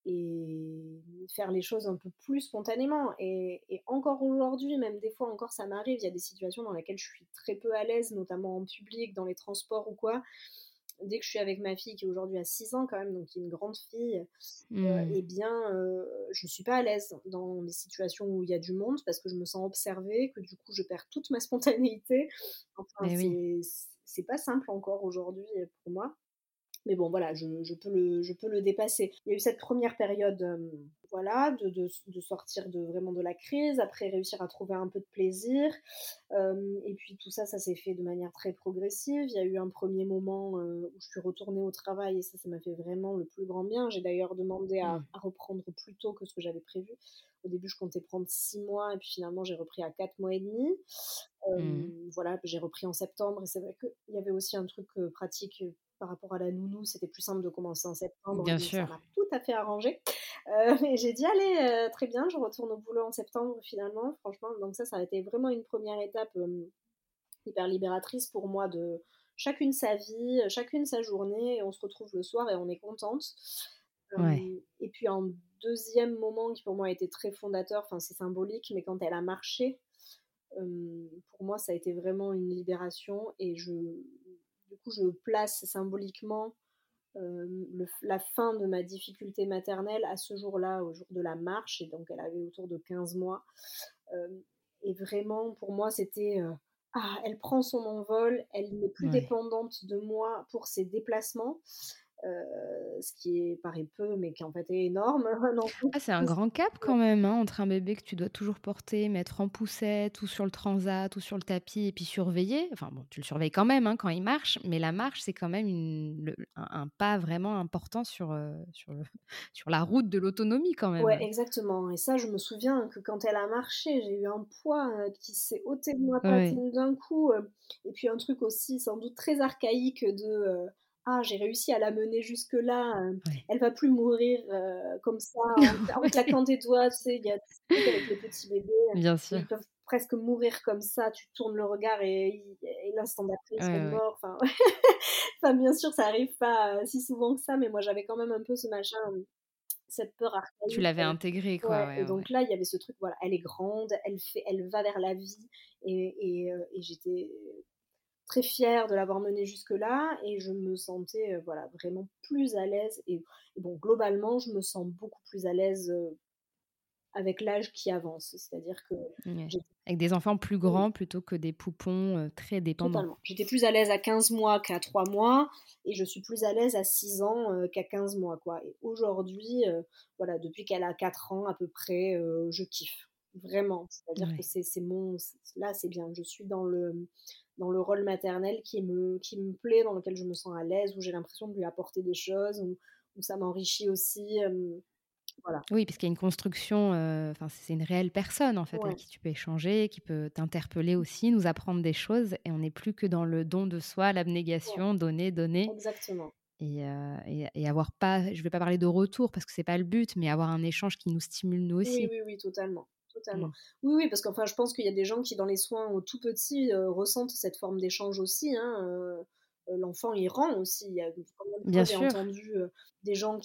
B: et faire les choses un peu plus spontanément. Et encore aujourd'hui, même des fois encore, ça m'arrive. Il y a des situations dans lesquelles je suis très peu à l'aise, notamment en public, dans les transports ou quoi. Dès que je suis avec ma fille, qui aujourd'hui a 6 ans quand même, donc qui est une grande fille,
A: Mmh.
B: eh bien, je suis pas à l'aise dans les situations où il y a du monde parce que je me sens observée, que du coup je perds toute ma spontanéité. Enfin,
A: Et oui.
B: c'est pas simple encore aujourd'hui pour moi. Mais bon, voilà, je peux le dépasser. Il y a eu cette première période, voilà, de sortir vraiment de la crise, après réussir à trouver un peu de plaisir. Et puis tout ça, ça s'est fait de manière très progressive. Il y a eu un premier moment où je suis retournée au travail et ça m'a fait vraiment le plus grand bien. J'ai d'ailleurs demandé à,
A: Mmh.
B: à reprendre plus tôt que ce que j'avais prévu. Au début, je comptais prendre 6 mois et puis finalement, j'ai repris à 4 mois et demi.
A: Mmh.
B: Voilà, j'ai repris en septembre et c'est vrai qu'il y avait aussi un truc pratique par rapport à la nounou, c'était plus simple de commencer en septembre,
A: Bien
B: donc ça
A: sûr.
B: m'a tout à fait arrangé. Et j'ai dit: «Allez, très bien, je retourne au boulot en septembre finalement», franchement, donc ça a été vraiment une première étape, hyper libératrice pour moi de chacune sa vie, chacune sa journée et on se retrouve le soir et on est contente.
A: Ouais.
B: Et puis un deuxième moment qui pour moi a été très fondateur, enfin c'est symbolique, mais quand elle a marché, pour moi, ça a été vraiment une libération et du coup, je place symboliquement la fin de ma difficulté maternelle à ce jour-là, au jour de la marche. Et donc, elle avait autour de 15 mois. Euh, et vraiment, pour moi, c'était ah, elle prend son envol, elle n'est plus
A: Ouais.
B: dépendante de moi pour ses déplacements, ce qui paraît peu, mais qui en fait est énorme. Un enfant
A: Ah,
B: qui
A: c'est un
B: peut
A: grand cap quand même, hein, entre un bébé que tu dois toujours porter, mettre en poussette ou sur le transat ou sur le tapis et puis surveiller. Enfin bon, tu le surveilles quand même, hein, quand il marche, mais la marche, c'est quand même un pas vraiment important sur la route de l'autonomie quand
B: Ouais,
A: même.
B: exactement et ça, je me souviens que quand elle a marché, j'ai eu un poids, qui s'est ôté de ma
A: Ouais,
B: poitrine d'un coup, et puis un truc aussi sans doute très archaïque de, «Ah, j'ai réussi à la mener jusque-là,
A: ouais.
B: elle va plus mourir, comme ça en
A: Ouais,
B: claquant des doigts». Tu sais, il y a ce truc avec les petits bébés,
A: bien
B: où
A: sûr.
B: ils peuvent presque mourir comme ça, tu tournes le regard et l'instant d'après, ils
A: Ouais,
B: sont
A: ouais.
B: morts, enfin enfin, bien sûr, ça arrive pas, si souvent que ça, mais moi, j'avais quand même un peu ce machin, cette peur
A: Tu
B: archaïque.
A: l'avais intégré quoi,
B: Ouais,
A: ouais,
B: et
A: ouais, ouais.
B: donc là, il y avait ce truc, voilà, elle est grande, elle va vers la vie et j'étais très fière de l'avoir menée jusque-là et je me sentais, voilà, vraiment plus à l'aise et bon, globalement, je me sens beaucoup plus à l'aise, avec l'âge qui avance. C'est-à-dire que
A: Ouais.
B: j'étais
A: Avec des enfants plus
B: oui,
A: grands plutôt que des poupons, très dépendants.
B: totalement. J'étais plus à l'aise à 15 mois qu'à 3 mois et je suis plus à l'aise à 6 ans, qu'à 15 mois, quoi et aujourd'hui, voilà, depuis qu'elle a 4 ans à peu près, je kiffe. Vraiment. C'est-à-dire que
A: Ouais.
B: c'est mon c là, c'est bien. Je suis dans le rôle maternel qui me plaît, dans lequel je me sens à l'aise, où j'ai l'impression de lui apporter des choses, où ça m'enrichit aussi, voilà.
A: Oui, puisqu'il y a une construction, enfin, c'est une réelle personne, en fait, avec
B: Ouais,
A: qui tu peux échanger, qui peut t'interpeller aussi, nous apprendre des choses et on n'est plus que dans le don de soi,
B: ouais,
A: l'abnégation, donner, donner
B: exactement.
A: et avoir pas je vais pas parler de retour parce que c'est pas le but, mais avoir un échange qui nous stimule nous
B: Oui,
A: aussi.
B: oui, oui, totalement, totalement.
A: Mmh.
B: Oui, oui, parce qu'enfin, je pense qu'il y a des gens qui, dans les soins au tout petit, ressentent cette forme d'échange aussi, hein, l'enfant, il rend aussi. Il y a combien de fois
A: Bien
B: j'ai
A: sûr.
B: entendu, des gens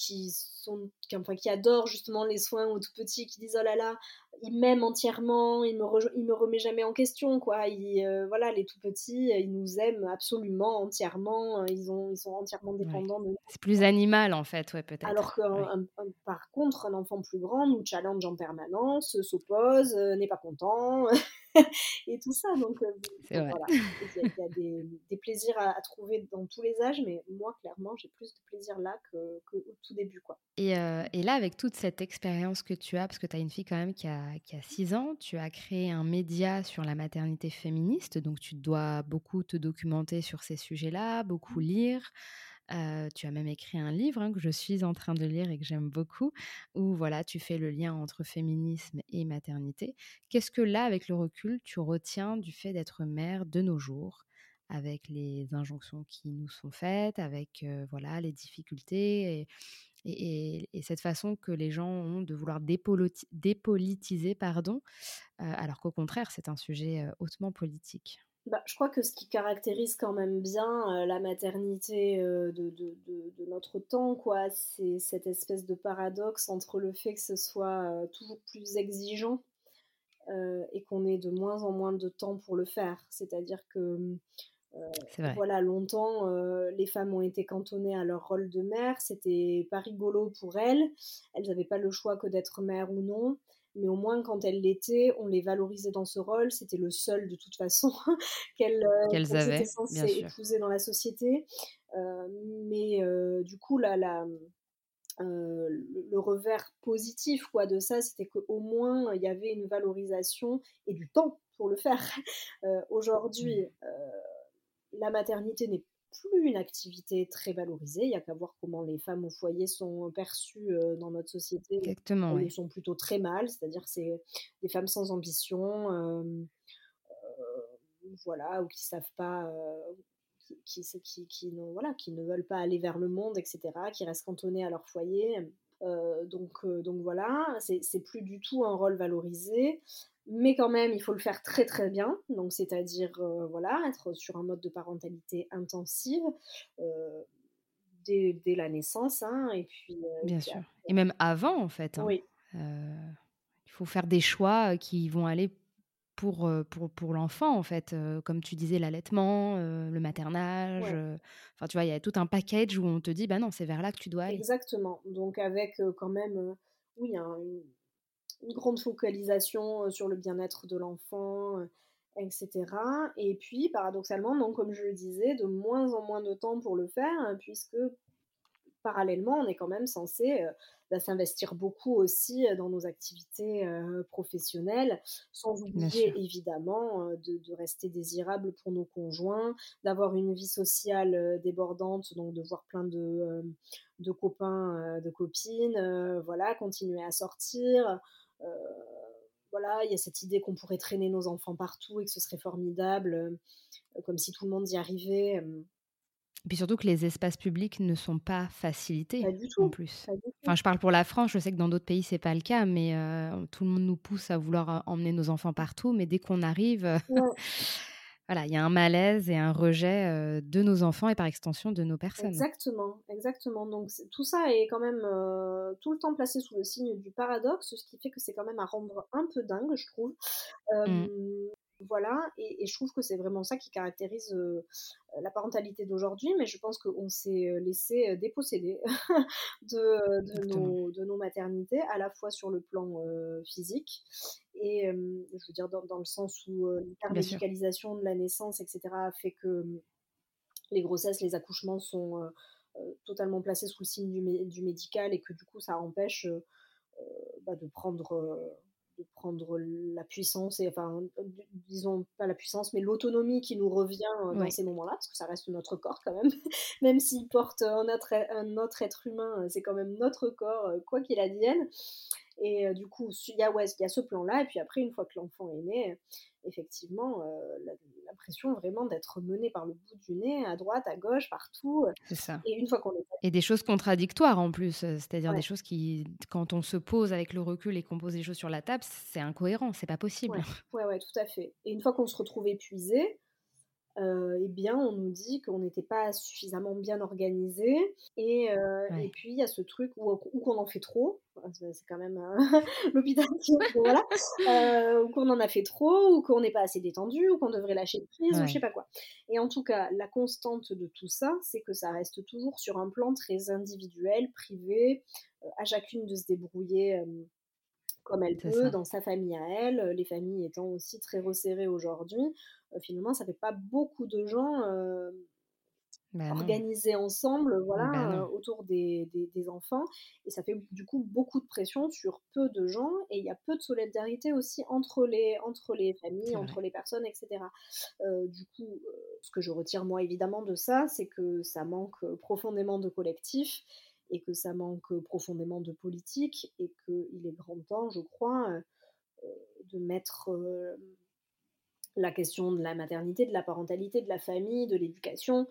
B: qui adorent justement les soins au tout petit, qui disent: «Oh là là, il m'aime entièrement, il me remet jamais en question, quoi». Voilà, les tout petits, ils nous aiment absolument, entièrement, ils sont entièrement
A: Ouais.
B: dépendants de nous.
A: C'est plus animal, en fait, ouais,
B: Alors
A: peut-être. Ouais.
B: par contre, un enfant plus grand nous challenge en permanence, s'oppose, n'est pas content et tout ça
A: C'est
B: donc
A: vrai.
B: voilà. Il y a des plaisirs à trouver dans tous les âges, mais moi clairement, j'ai plus de plaisir là qu'au tout début, quoi.
A: Et là, avec toute cette expérience que tu as, parce que tu as une fille quand même qui a 6 ans, tu as créé un média sur la maternité féministe, donc tu dois beaucoup te documenter sur ces sujets-là, beaucoup lire. Tu as même écrit un livre, hein, que je suis en train de lire et que j'aime beaucoup, où voilà, tu fais le lien entre féminisme et maternité. Qu'est-ce que là, avec le recul, tu retiens du fait d'être mère de nos jours? Avec les injonctions qui nous sont faites, avec, voilà, les difficultés et cette façon que les gens ont de vouloir dépolitiser, pardon, alors qu'au contraire, c'est un sujet, hautement politique.
B: Bah, je crois que ce qui caractérise quand même bien, la maternité, de notre temps, quoi, c'est cette espèce de paradoxe entre le fait que ce soit, toujours plus exigeant, et qu'on ait de moins en moins de temps pour le faire. C'est-à-dire que,
A: C'est vrai.
B: voilà, longtemps, les femmes ont été cantonnées à leur rôle de mère, c'était pas rigolo pour elles. Elles n'avaient pas le choix que d'être mères ou non, mais au moins quand elles l'étaient, on les valorisait dans ce rôle, c'était le seul de toute façon
A: Qu'elles
B: qu'elles étaient
A: avaient, bien
B: censées
A: sûr.
B: épouser dans la société. Mais du coup le revers positif, quoi, de ça, c'était qu'au moins, il y avait une valorisation et du temps pour le faire.
A: Mmh.
B: Aujourd'hui, la maternité n'est plus une activité très valorisée. Il y a qu'à voir comment les femmes au foyer sont perçues, dans notre société.
A: Exactement,
B: Elles le
A: ouais.
B: sont plutôt très mal, c'est-à-dire c'est des femmes sans ambition, voilà, ou qui savent pas, qui n'ont voilà, qui ne veulent pas aller vers le monde et cetera, qui restent cantonnées à leur foyer. Donc voilà, c'est plus du tout un rôle valorisé, mais quand même, il faut le faire très, très bien. Donc c'est-à-dire, voilà, être sur un mode de parentalité intensive, heu, dès la naissance, hein, et
A: Bien
B: puis
A: sûr.
B: après
A: Et même avant, en fait, hein.
B: oui,
A: Heu, il faut faire des choix, qui vont aller pour l'enfant, en fait, comme tu disais, l'allaitement, le maternage,
B: ouais,
A: enfin, tu vois, il y a tout un package où on te dit: «Bah non, c'est vers là que tu dois aller».
B: exactement. Donc avec, quand même, oui, une grande focalisation, sur le bien-être de l'enfant, et cetera, et puis paradoxalement, donc comme je le disais, de moins en moins de temps pour le faire, puisque parallèlement, on est quand même censé, bah, s'investir beaucoup aussi, dans nos activités, professionnelles, sans
A: Bien sûr,
B: oublier évidemment, de rester désirable pour nos conjoints, d'avoir une vie sociale, débordante, donc de voir plein de copains, de copines, voilà, continuer à sortir, heu, voilà, il y a cette idée qu'on pourrait traîner nos enfants partout et que ce serait formidable, comme si tout le monde y arrivait,
A: et puis surtout que les espaces publics ne sont pas facilités,
B: pas du
A: en
B: tout,
A: plus.
B: pas du
A: Enfin,
B: tout.
A: je parle pour la France, je sais que dans d'autres pays, c'est pas le cas, mais tout le monde nous pousse à vouloir, emmener nos enfants partout, mais dès qu'on arrive,
B: Ouais.
A: voilà, il y a un malaise et un rejet, de nos enfants et par extension de nos personnes.
B: Exactement, exactement. Donc tout ça est quand même, tout le temps placé sous le signe du paradoxe, ce qui fait que c'est quand même à rendre un peu dingue, je trouve.
A: Mmh,
B: Voilà, et je trouve que c'est vraiment ça qui caractérise, la parentalité d'aujourd'hui, mais je pense qu'on s'est, laissé, déposséder
A: exactement.
B: de nos maternités, à la fois sur le plan, physique et je veux dire dans le sens où,
A: Bien sûr,
B: l'hypermédicalisation de la naissance et cetera a fait que, les grossesses, les accouchements sont, totalement placés sous le signe du médical, et que du coup ça empêche, bah, de prendre la puissance, et enfin, disons pas la puissance, mais l'autonomie qui nous revient, dans
A: ouais,
B: ces moments-là, parce que ça reste notre corps quand même. Même s'il porte un autre être humain, c'est quand même notre corps, quoi qu'il advienne. Et du coup, il y a, ouais, il y a ce plan-là, et puis après, une fois que l'enfant est né, effectivement, l'impression vraiment d'être mené par le bout du nez, à droite, à gauche, partout,
A: c'est ça.
B: et une fois qu'on est
A: Et des choses contradictoires en plus, c'est-à-dire des
B: ouais,
A: choses qui, quand on se pose avec le recul et qu'on pose les choses sur la table, c'est incohérent, c'est pas possible.
B: ouais, ouais, ouais, tout à fait, et une fois qu'on se retrouve épuisé, eh bien, on nous dit qu'on n'était pas suffisamment bien organisé, et
A: Ouais,
B: puis il y a ce truc où qu'on en fait trop, c'est quand même, l'hôpital qui voilà, ou qu'on en a fait trop, ou qu'on n'est pas assez détendu, ou qu'on devrait lâcher prise, ou je sais
A: ouais,
B: pas quoi. Et en tout cas, la constante de tout ça, c'est que ça reste toujours sur un plan très individuel, privé, à chacune de se débrouiller, comme elle
A: c'est
B: peut,
A: ça.
B: dans sa famille à elle, les familles étant aussi très resserrées aujourd'hui, finalement ça fait pas beaucoup de gens,
A: Bah non,
B: organisés ensemble,
A: bah
B: voilà,
A: non,
B: autour des enfants, et ça fait du coup beaucoup de pression sur peu de gens, et il y a peu de solidarité aussi entre les familles,
A: c'est
B: entre
A: vrai.
B: les personnes et cetera. Du coup, ce que je retire moi évidemment de ça, c'est que ça manque, profondément de collectif, et que ça manque, profondément de politique, et qu'il est grand temps, je crois, de mettre, la question de la maternité, de la parentalité, de la famille, de l'éducation,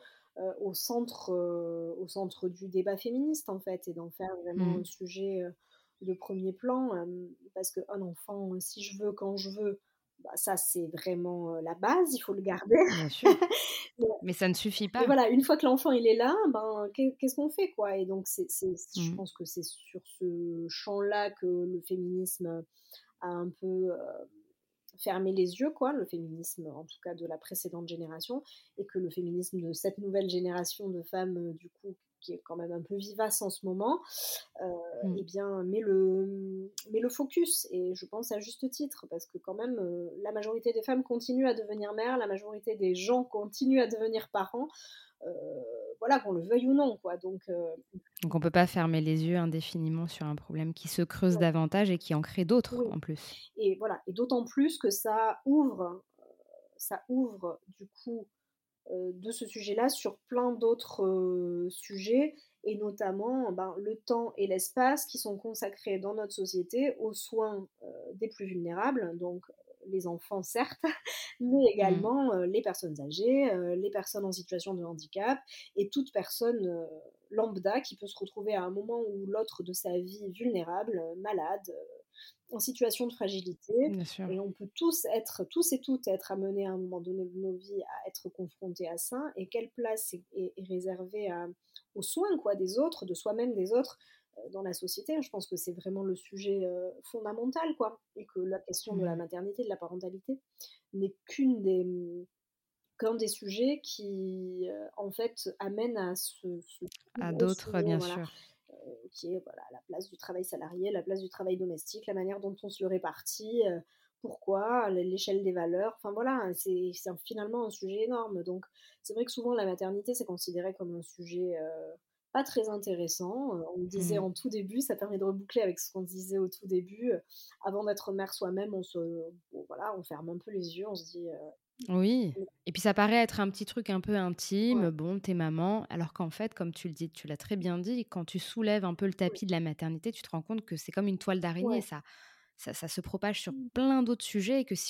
B: au centre du débat féministe, en fait, et d'en faire vraiment
A: Mmh.
B: un sujet, de premier plan, parce qu'un enfant, si je veux, quand je veux, bah, ça c'est vraiment, la base, il faut le garder.
A: Bien sûr,
B: Mais
A: mais ça ne suffit
B: mais
A: pas.
B: voilà, une fois que l'enfant il est là, ben, qu'est-ce qu'on fait, quoi? Et donc je
A: Mmh.
B: pense que c'est sur ce champ-là que le féminisme a un peu, fermé les yeux, quoi, le féminisme, en tout cas de la précédente génération, et que le féminisme de cette nouvelle génération de femmes, du coup, qui est quand même un peu vivace en ce moment,
A: Mmh.
B: et bien, met le focus, et je pense à juste titre, parce que quand même, la majorité des femmes continuent à devenir mères, la majorité des gens continuent à devenir parents, heu, voilà, qu'on le veuille ou non, quoi, donc
A: Donc on peut pas fermer les yeux indéfiniment sur un problème qui se creuse
B: non,
A: davantage et qui en crée d'autres,
B: oui,
A: en plus.
B: et voilà, et d'autant plus que ça ouvre du coup, de ce sujet-là sur plein d'autres, sujets, et notamment, ben, le temps et l'espace qui sont consacrés dans notre société aux soins, des plus vulnérables, donc les enfants certes, mais
A: Mmh.
B: également, les personnes âgées, les personnes en situation de handicap, et toute personne, lambda qui peut se retrouver à un moment ou l'autre de sa vie vulnérable, malade, en situation de fragilité,
A: Bien sûr.
B: et on peut tous et toutes être amenés à un moment donné de nos vies à être confrontés à ça, et quelle place est réservée aux soins, quoi, des autres, de soi-même, des autres, dans la société. Je pense que c'est vraiment le sujet fondamental, quoi, et que la question de la
A: Mmh.
B: maternité, de la parentalité, n'est qu'un des sujets qui, en fait, amène à ce plus
A: À
B: gros
A: d'autres,
B: sujet,
A: bien
B: voilà,
A: sûr.
B: qui est, voilà, la place du travail salarié, la place du travail domestique, la manière dont on se le répartit, pourquoi, l'échelle des valeurs, enfin voilà, c'est finalement un sujet énorme. Donc c'est vrai que souvent la maternité, c'est considéré comme un sujet, pas très intéressant. On me disait
A: Mmh.
B: en tout début, ça permet de reboucler avec ce qu'on disait au tout début, avant d'être mère soi-même, bon voilà, on ferme un peu les yeux, on se dit,
A: Oui, et puis ça paraît être un petit truc un peu intime,
B: ouais,
A: bon, tu maman, alors qu'en fait, comme tu le dis, tu l'as très bien dit, quand tu soulèves un peu le
B: ouais,
A: tapis de la maternité, tu te rends compte que c'est comme une toile d'araignée,
B: ouais.
A: ça se propage sur
B: Mmh.
A: plein d'autres sujets et que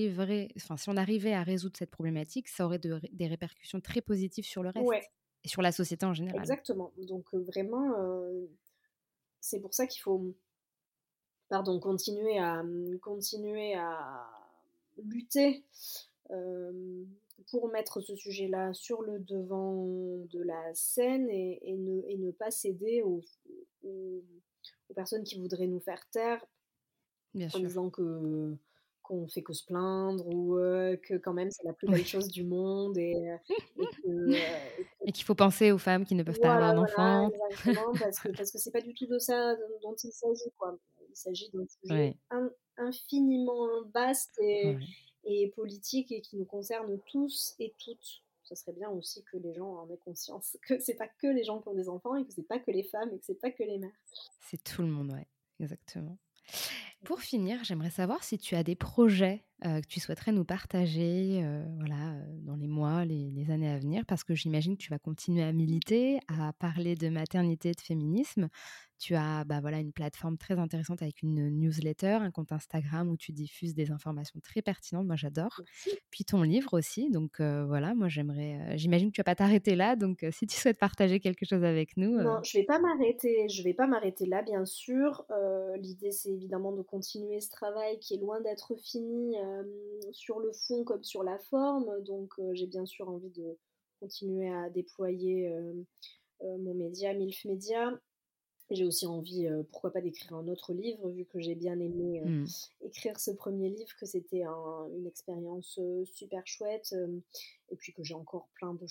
A: si on arrivait à résoudre cette problématique, ça aurait des répercussions très positives sur le
B: Ouais,
A: reste et sur la société en général.
B: exactement. Donc vraiment, c'est pour ça qu'il faut, pardon, continuer à lutter, hem, pour mettre ce sujet-là sur le devant de la scène, et ne pas céder aux aux personnes qui voudraient nous faire taire
A: Bien
B: en
A: sûr.
B: disant que qu'on fait que se plaindre, ou que quand même c'est la plus belle
A: Oui.
B: chose du monde, et que,
A: Et qu'il faut penser aux femmes qui ne peuvent pas
B: voilà,
A: avoir
B: voilà,
A: d'enfants.
B: exactement, parce que c'est pas du tout de ça dont il s'agit, quoi. Il s'agit d'un sujet
A: Ouais,
B: infiniment vaste
A: ouais.
B: et politique, et qui nous concerne tous et toutes. Ça serait bien aussi que les gens en aient conscience, que c'est pas que les gens qui ont des enfants, et que c'est pas que les femmes, et que c'est pas que les mères.
A: C'est tout le monde, ouais, exactement. Pour finir, j'aimerais savoir si tu as des projets, que tu souhaiterais nous partager, voilà, dans les mois, les années à venir, parce que j'imagine que tu vas continuer à militer, à parler de maternité, de féminisme. Tu as, bah, voilà, une plateforme très intéressante avec une newsletter, un compte Instagram où tu diffuses des informations très pertinentes, moi j'adore.
B: Merci.
A: Puis ton livre aussi, donc voilà, moi j'imagine que tu vas pas t'arrêter là, donc si tu souhaites partager quelque chose avec nous,
B: Non, je vais pas m'arrêter là, bien sûr. L'idée, c'est évidemment de continuer ce travail qui est loin d'être fini, sur le fond comme sur la forme. Donc, j'ai bien sûr envie de continuer à déployer, mon média, MILF Média. J'ai aussi envie, pourquoi pas, d'écrire un autre livre, vu que j'ai bien aimé,
A: mmh,
B: écrire ce premier livre, que c'était une expérience, super chouette, et puis que j'ai encore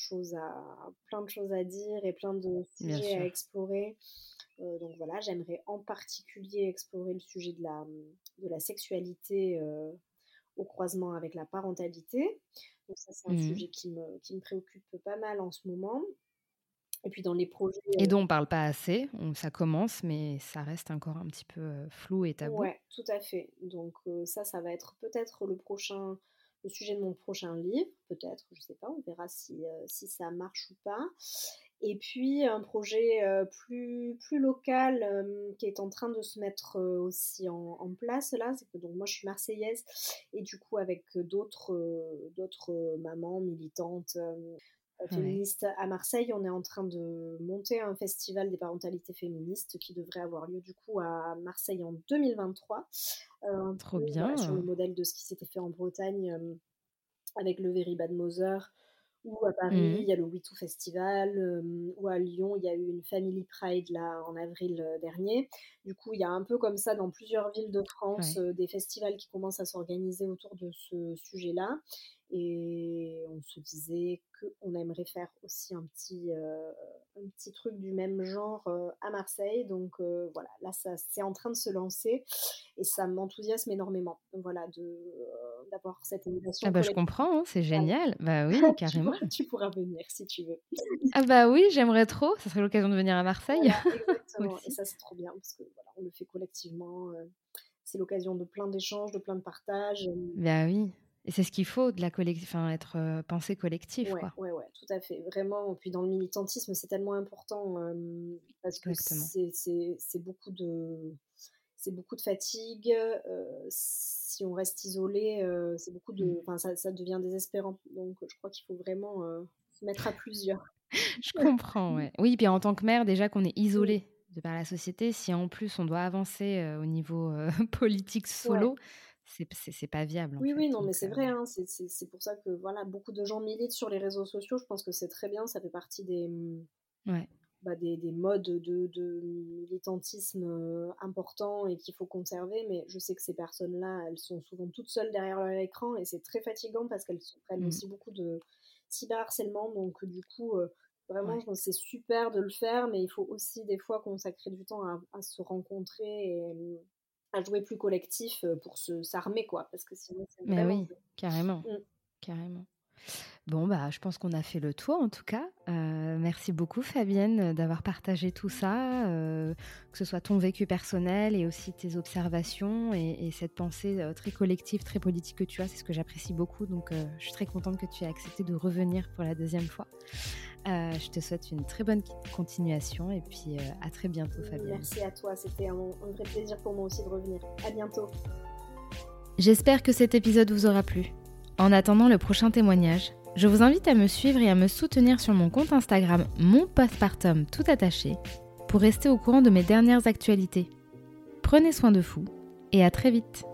B: plein de choses à dire, et plein de
A: bien
B: sujets à
A: sûr.
B: explorer. Donc voilà, j'aimerais en particulier explorer le sujet de la sexualité, au croisement avec la parentalité. Donc ça, c'est un
A: Mmh.
B: sujet qui me préoccupe pas mal en ce moment. Et puis dans les projets,
A: Et dont on parle pas assez, ça commence, mais ça reste encore un petit peu, flou et tabou.
B: ouais, tout à fait. Donc ça va être peut-être le sujet de mon prochain livre, peut-être, je sais pas, on verra si ça marche ou pas. Et puis un projet, plus local, qui est en train de se mettre, aussi en place là, c'est que donc moi je suis marseillaise, et du coup avec, d'autres, mamans militantes,
A: Ouais.
B: féministe à Marseille. On est en train de monter un festival des parentalités féministes qui devrait avoir lieu du coup à Marseille en 2023. Un
A: Trop
B: peu, voilà, sur le
A: bien.
B: modèle de ce qui s'était fait en Bretagne avec le Very Bad Mother, ou à Paris,
A: Mmh.
B: il y a le WeToo Festival, ou à Lyon, il y a eu une Family Pride là en avril dernier. Du coup, il y a un peu comme ça dans plusieurs villes de France
A: Ouais.
B: des festivals qui commencent à s'organiser autour de ce sujet-là. Et on se disait qu'on aimerait faire aussi un petit truc du même genre à Marseille. Donc voilà, là, ça, c'est en train de se lancer et ça m'enthousiasme énormément. Donc voilà, d'avoir cette
A: Ah
B: innovation
A: bah, je
B: collective.
A: comprends, hein, c'est
B: Voilà.
A: génial. Bah oui,
B: Tu
A: carrément.
B: pourras tu pourras venir si tu veux.
A: Ah bah oui, j'aimerais trop, ça serait l'occasion de venir à Marseille
B: Voilà, exactement et
A: aussi.
B: ça, c'est trop bien parce que, voilà, on le fait collectivement, c'est l'occasion de plein d'échanges, de plein de partages,
A: Bah oui et c'est ce qu'il faut de la enfin être, pensée collective,
B: ouais,
A: quoi.
B: ouais, ouais, tout à fait, vraiment et puis dans le militantisme, c'est tellement important, parce que
A: Exactement.
B: c'est beaucoup de fatigue, si on reste isolé, c'est beaucoup
A: Mmh.
B: de enfin, ça devient désespérant donc je crois qu'il faut vraiment, se mettre à plusieurs.
A: Je comprends, ouais. Oui, puis en tant que mère, déjà qu'on est
B: Mmh,
A: isolé de par la société, si en plus on doit avancer, au niveau, politique
B: ouais.
A: solo, c'est pas viable, en
B: Oui,
A: fait,
B: oui, non, mais
A: donc
B: c'est vrai, hein, c'est pour ça que, voilà, beaucoup de gens militent sur les réseaux sociaux. Je pense que c'est très bien, ça fait partie
A: ouais.
B: bah, des modes de militantisme importants et qu'il faut conserver. Mais je sais que ces personnes-là, elles sont souvent toutes seules derrière leur écran et c'est très fatigant parce qu'elles se prennent
A: Mmh.
B: aussi beaucoup de cyberharcèlement. Donc, du coup, vraiment,
A: Ouais.
B: je pense que c'est super de le faire, mais il faut aussi des fois consacrer du temps à se rencontrer et à jouer plus collectif pour s'armer, quoi, parce que sinon, c'est
A: Mais
B: vraiment
A: oui,
B: dur.
A: carrément,
B: Mm.
A: carrément. Bon, bah, je pense qu'on a fait le tour en tout cas. Merci beaucoup Fabienne, d'avoir partagé tout ça, que ce soit ton vécu personnel et aussi tes observations et cette pensée, très collective, très politique que tu as. C'est ce que j'apprécie beaucoup donc je suis très contente que tu aies accepté de revenir pour la deuxième fois. Je te souhaite une très bonne continuation et puis, à très bientôt Fabienne.
B: Merci à toi, c'était un vrai plaisir pour moi aussi de revenir. À bientôt.
A: J'espère que cet épisode vous aura plu. En attendant le prochain témoignage, je vous invite à me suivre et à me soutenir sur mon compte Instagram Mon Postpartum tout attaché pour rester au courant de mes dernières actualités. Prenez soin de vous et à très vite.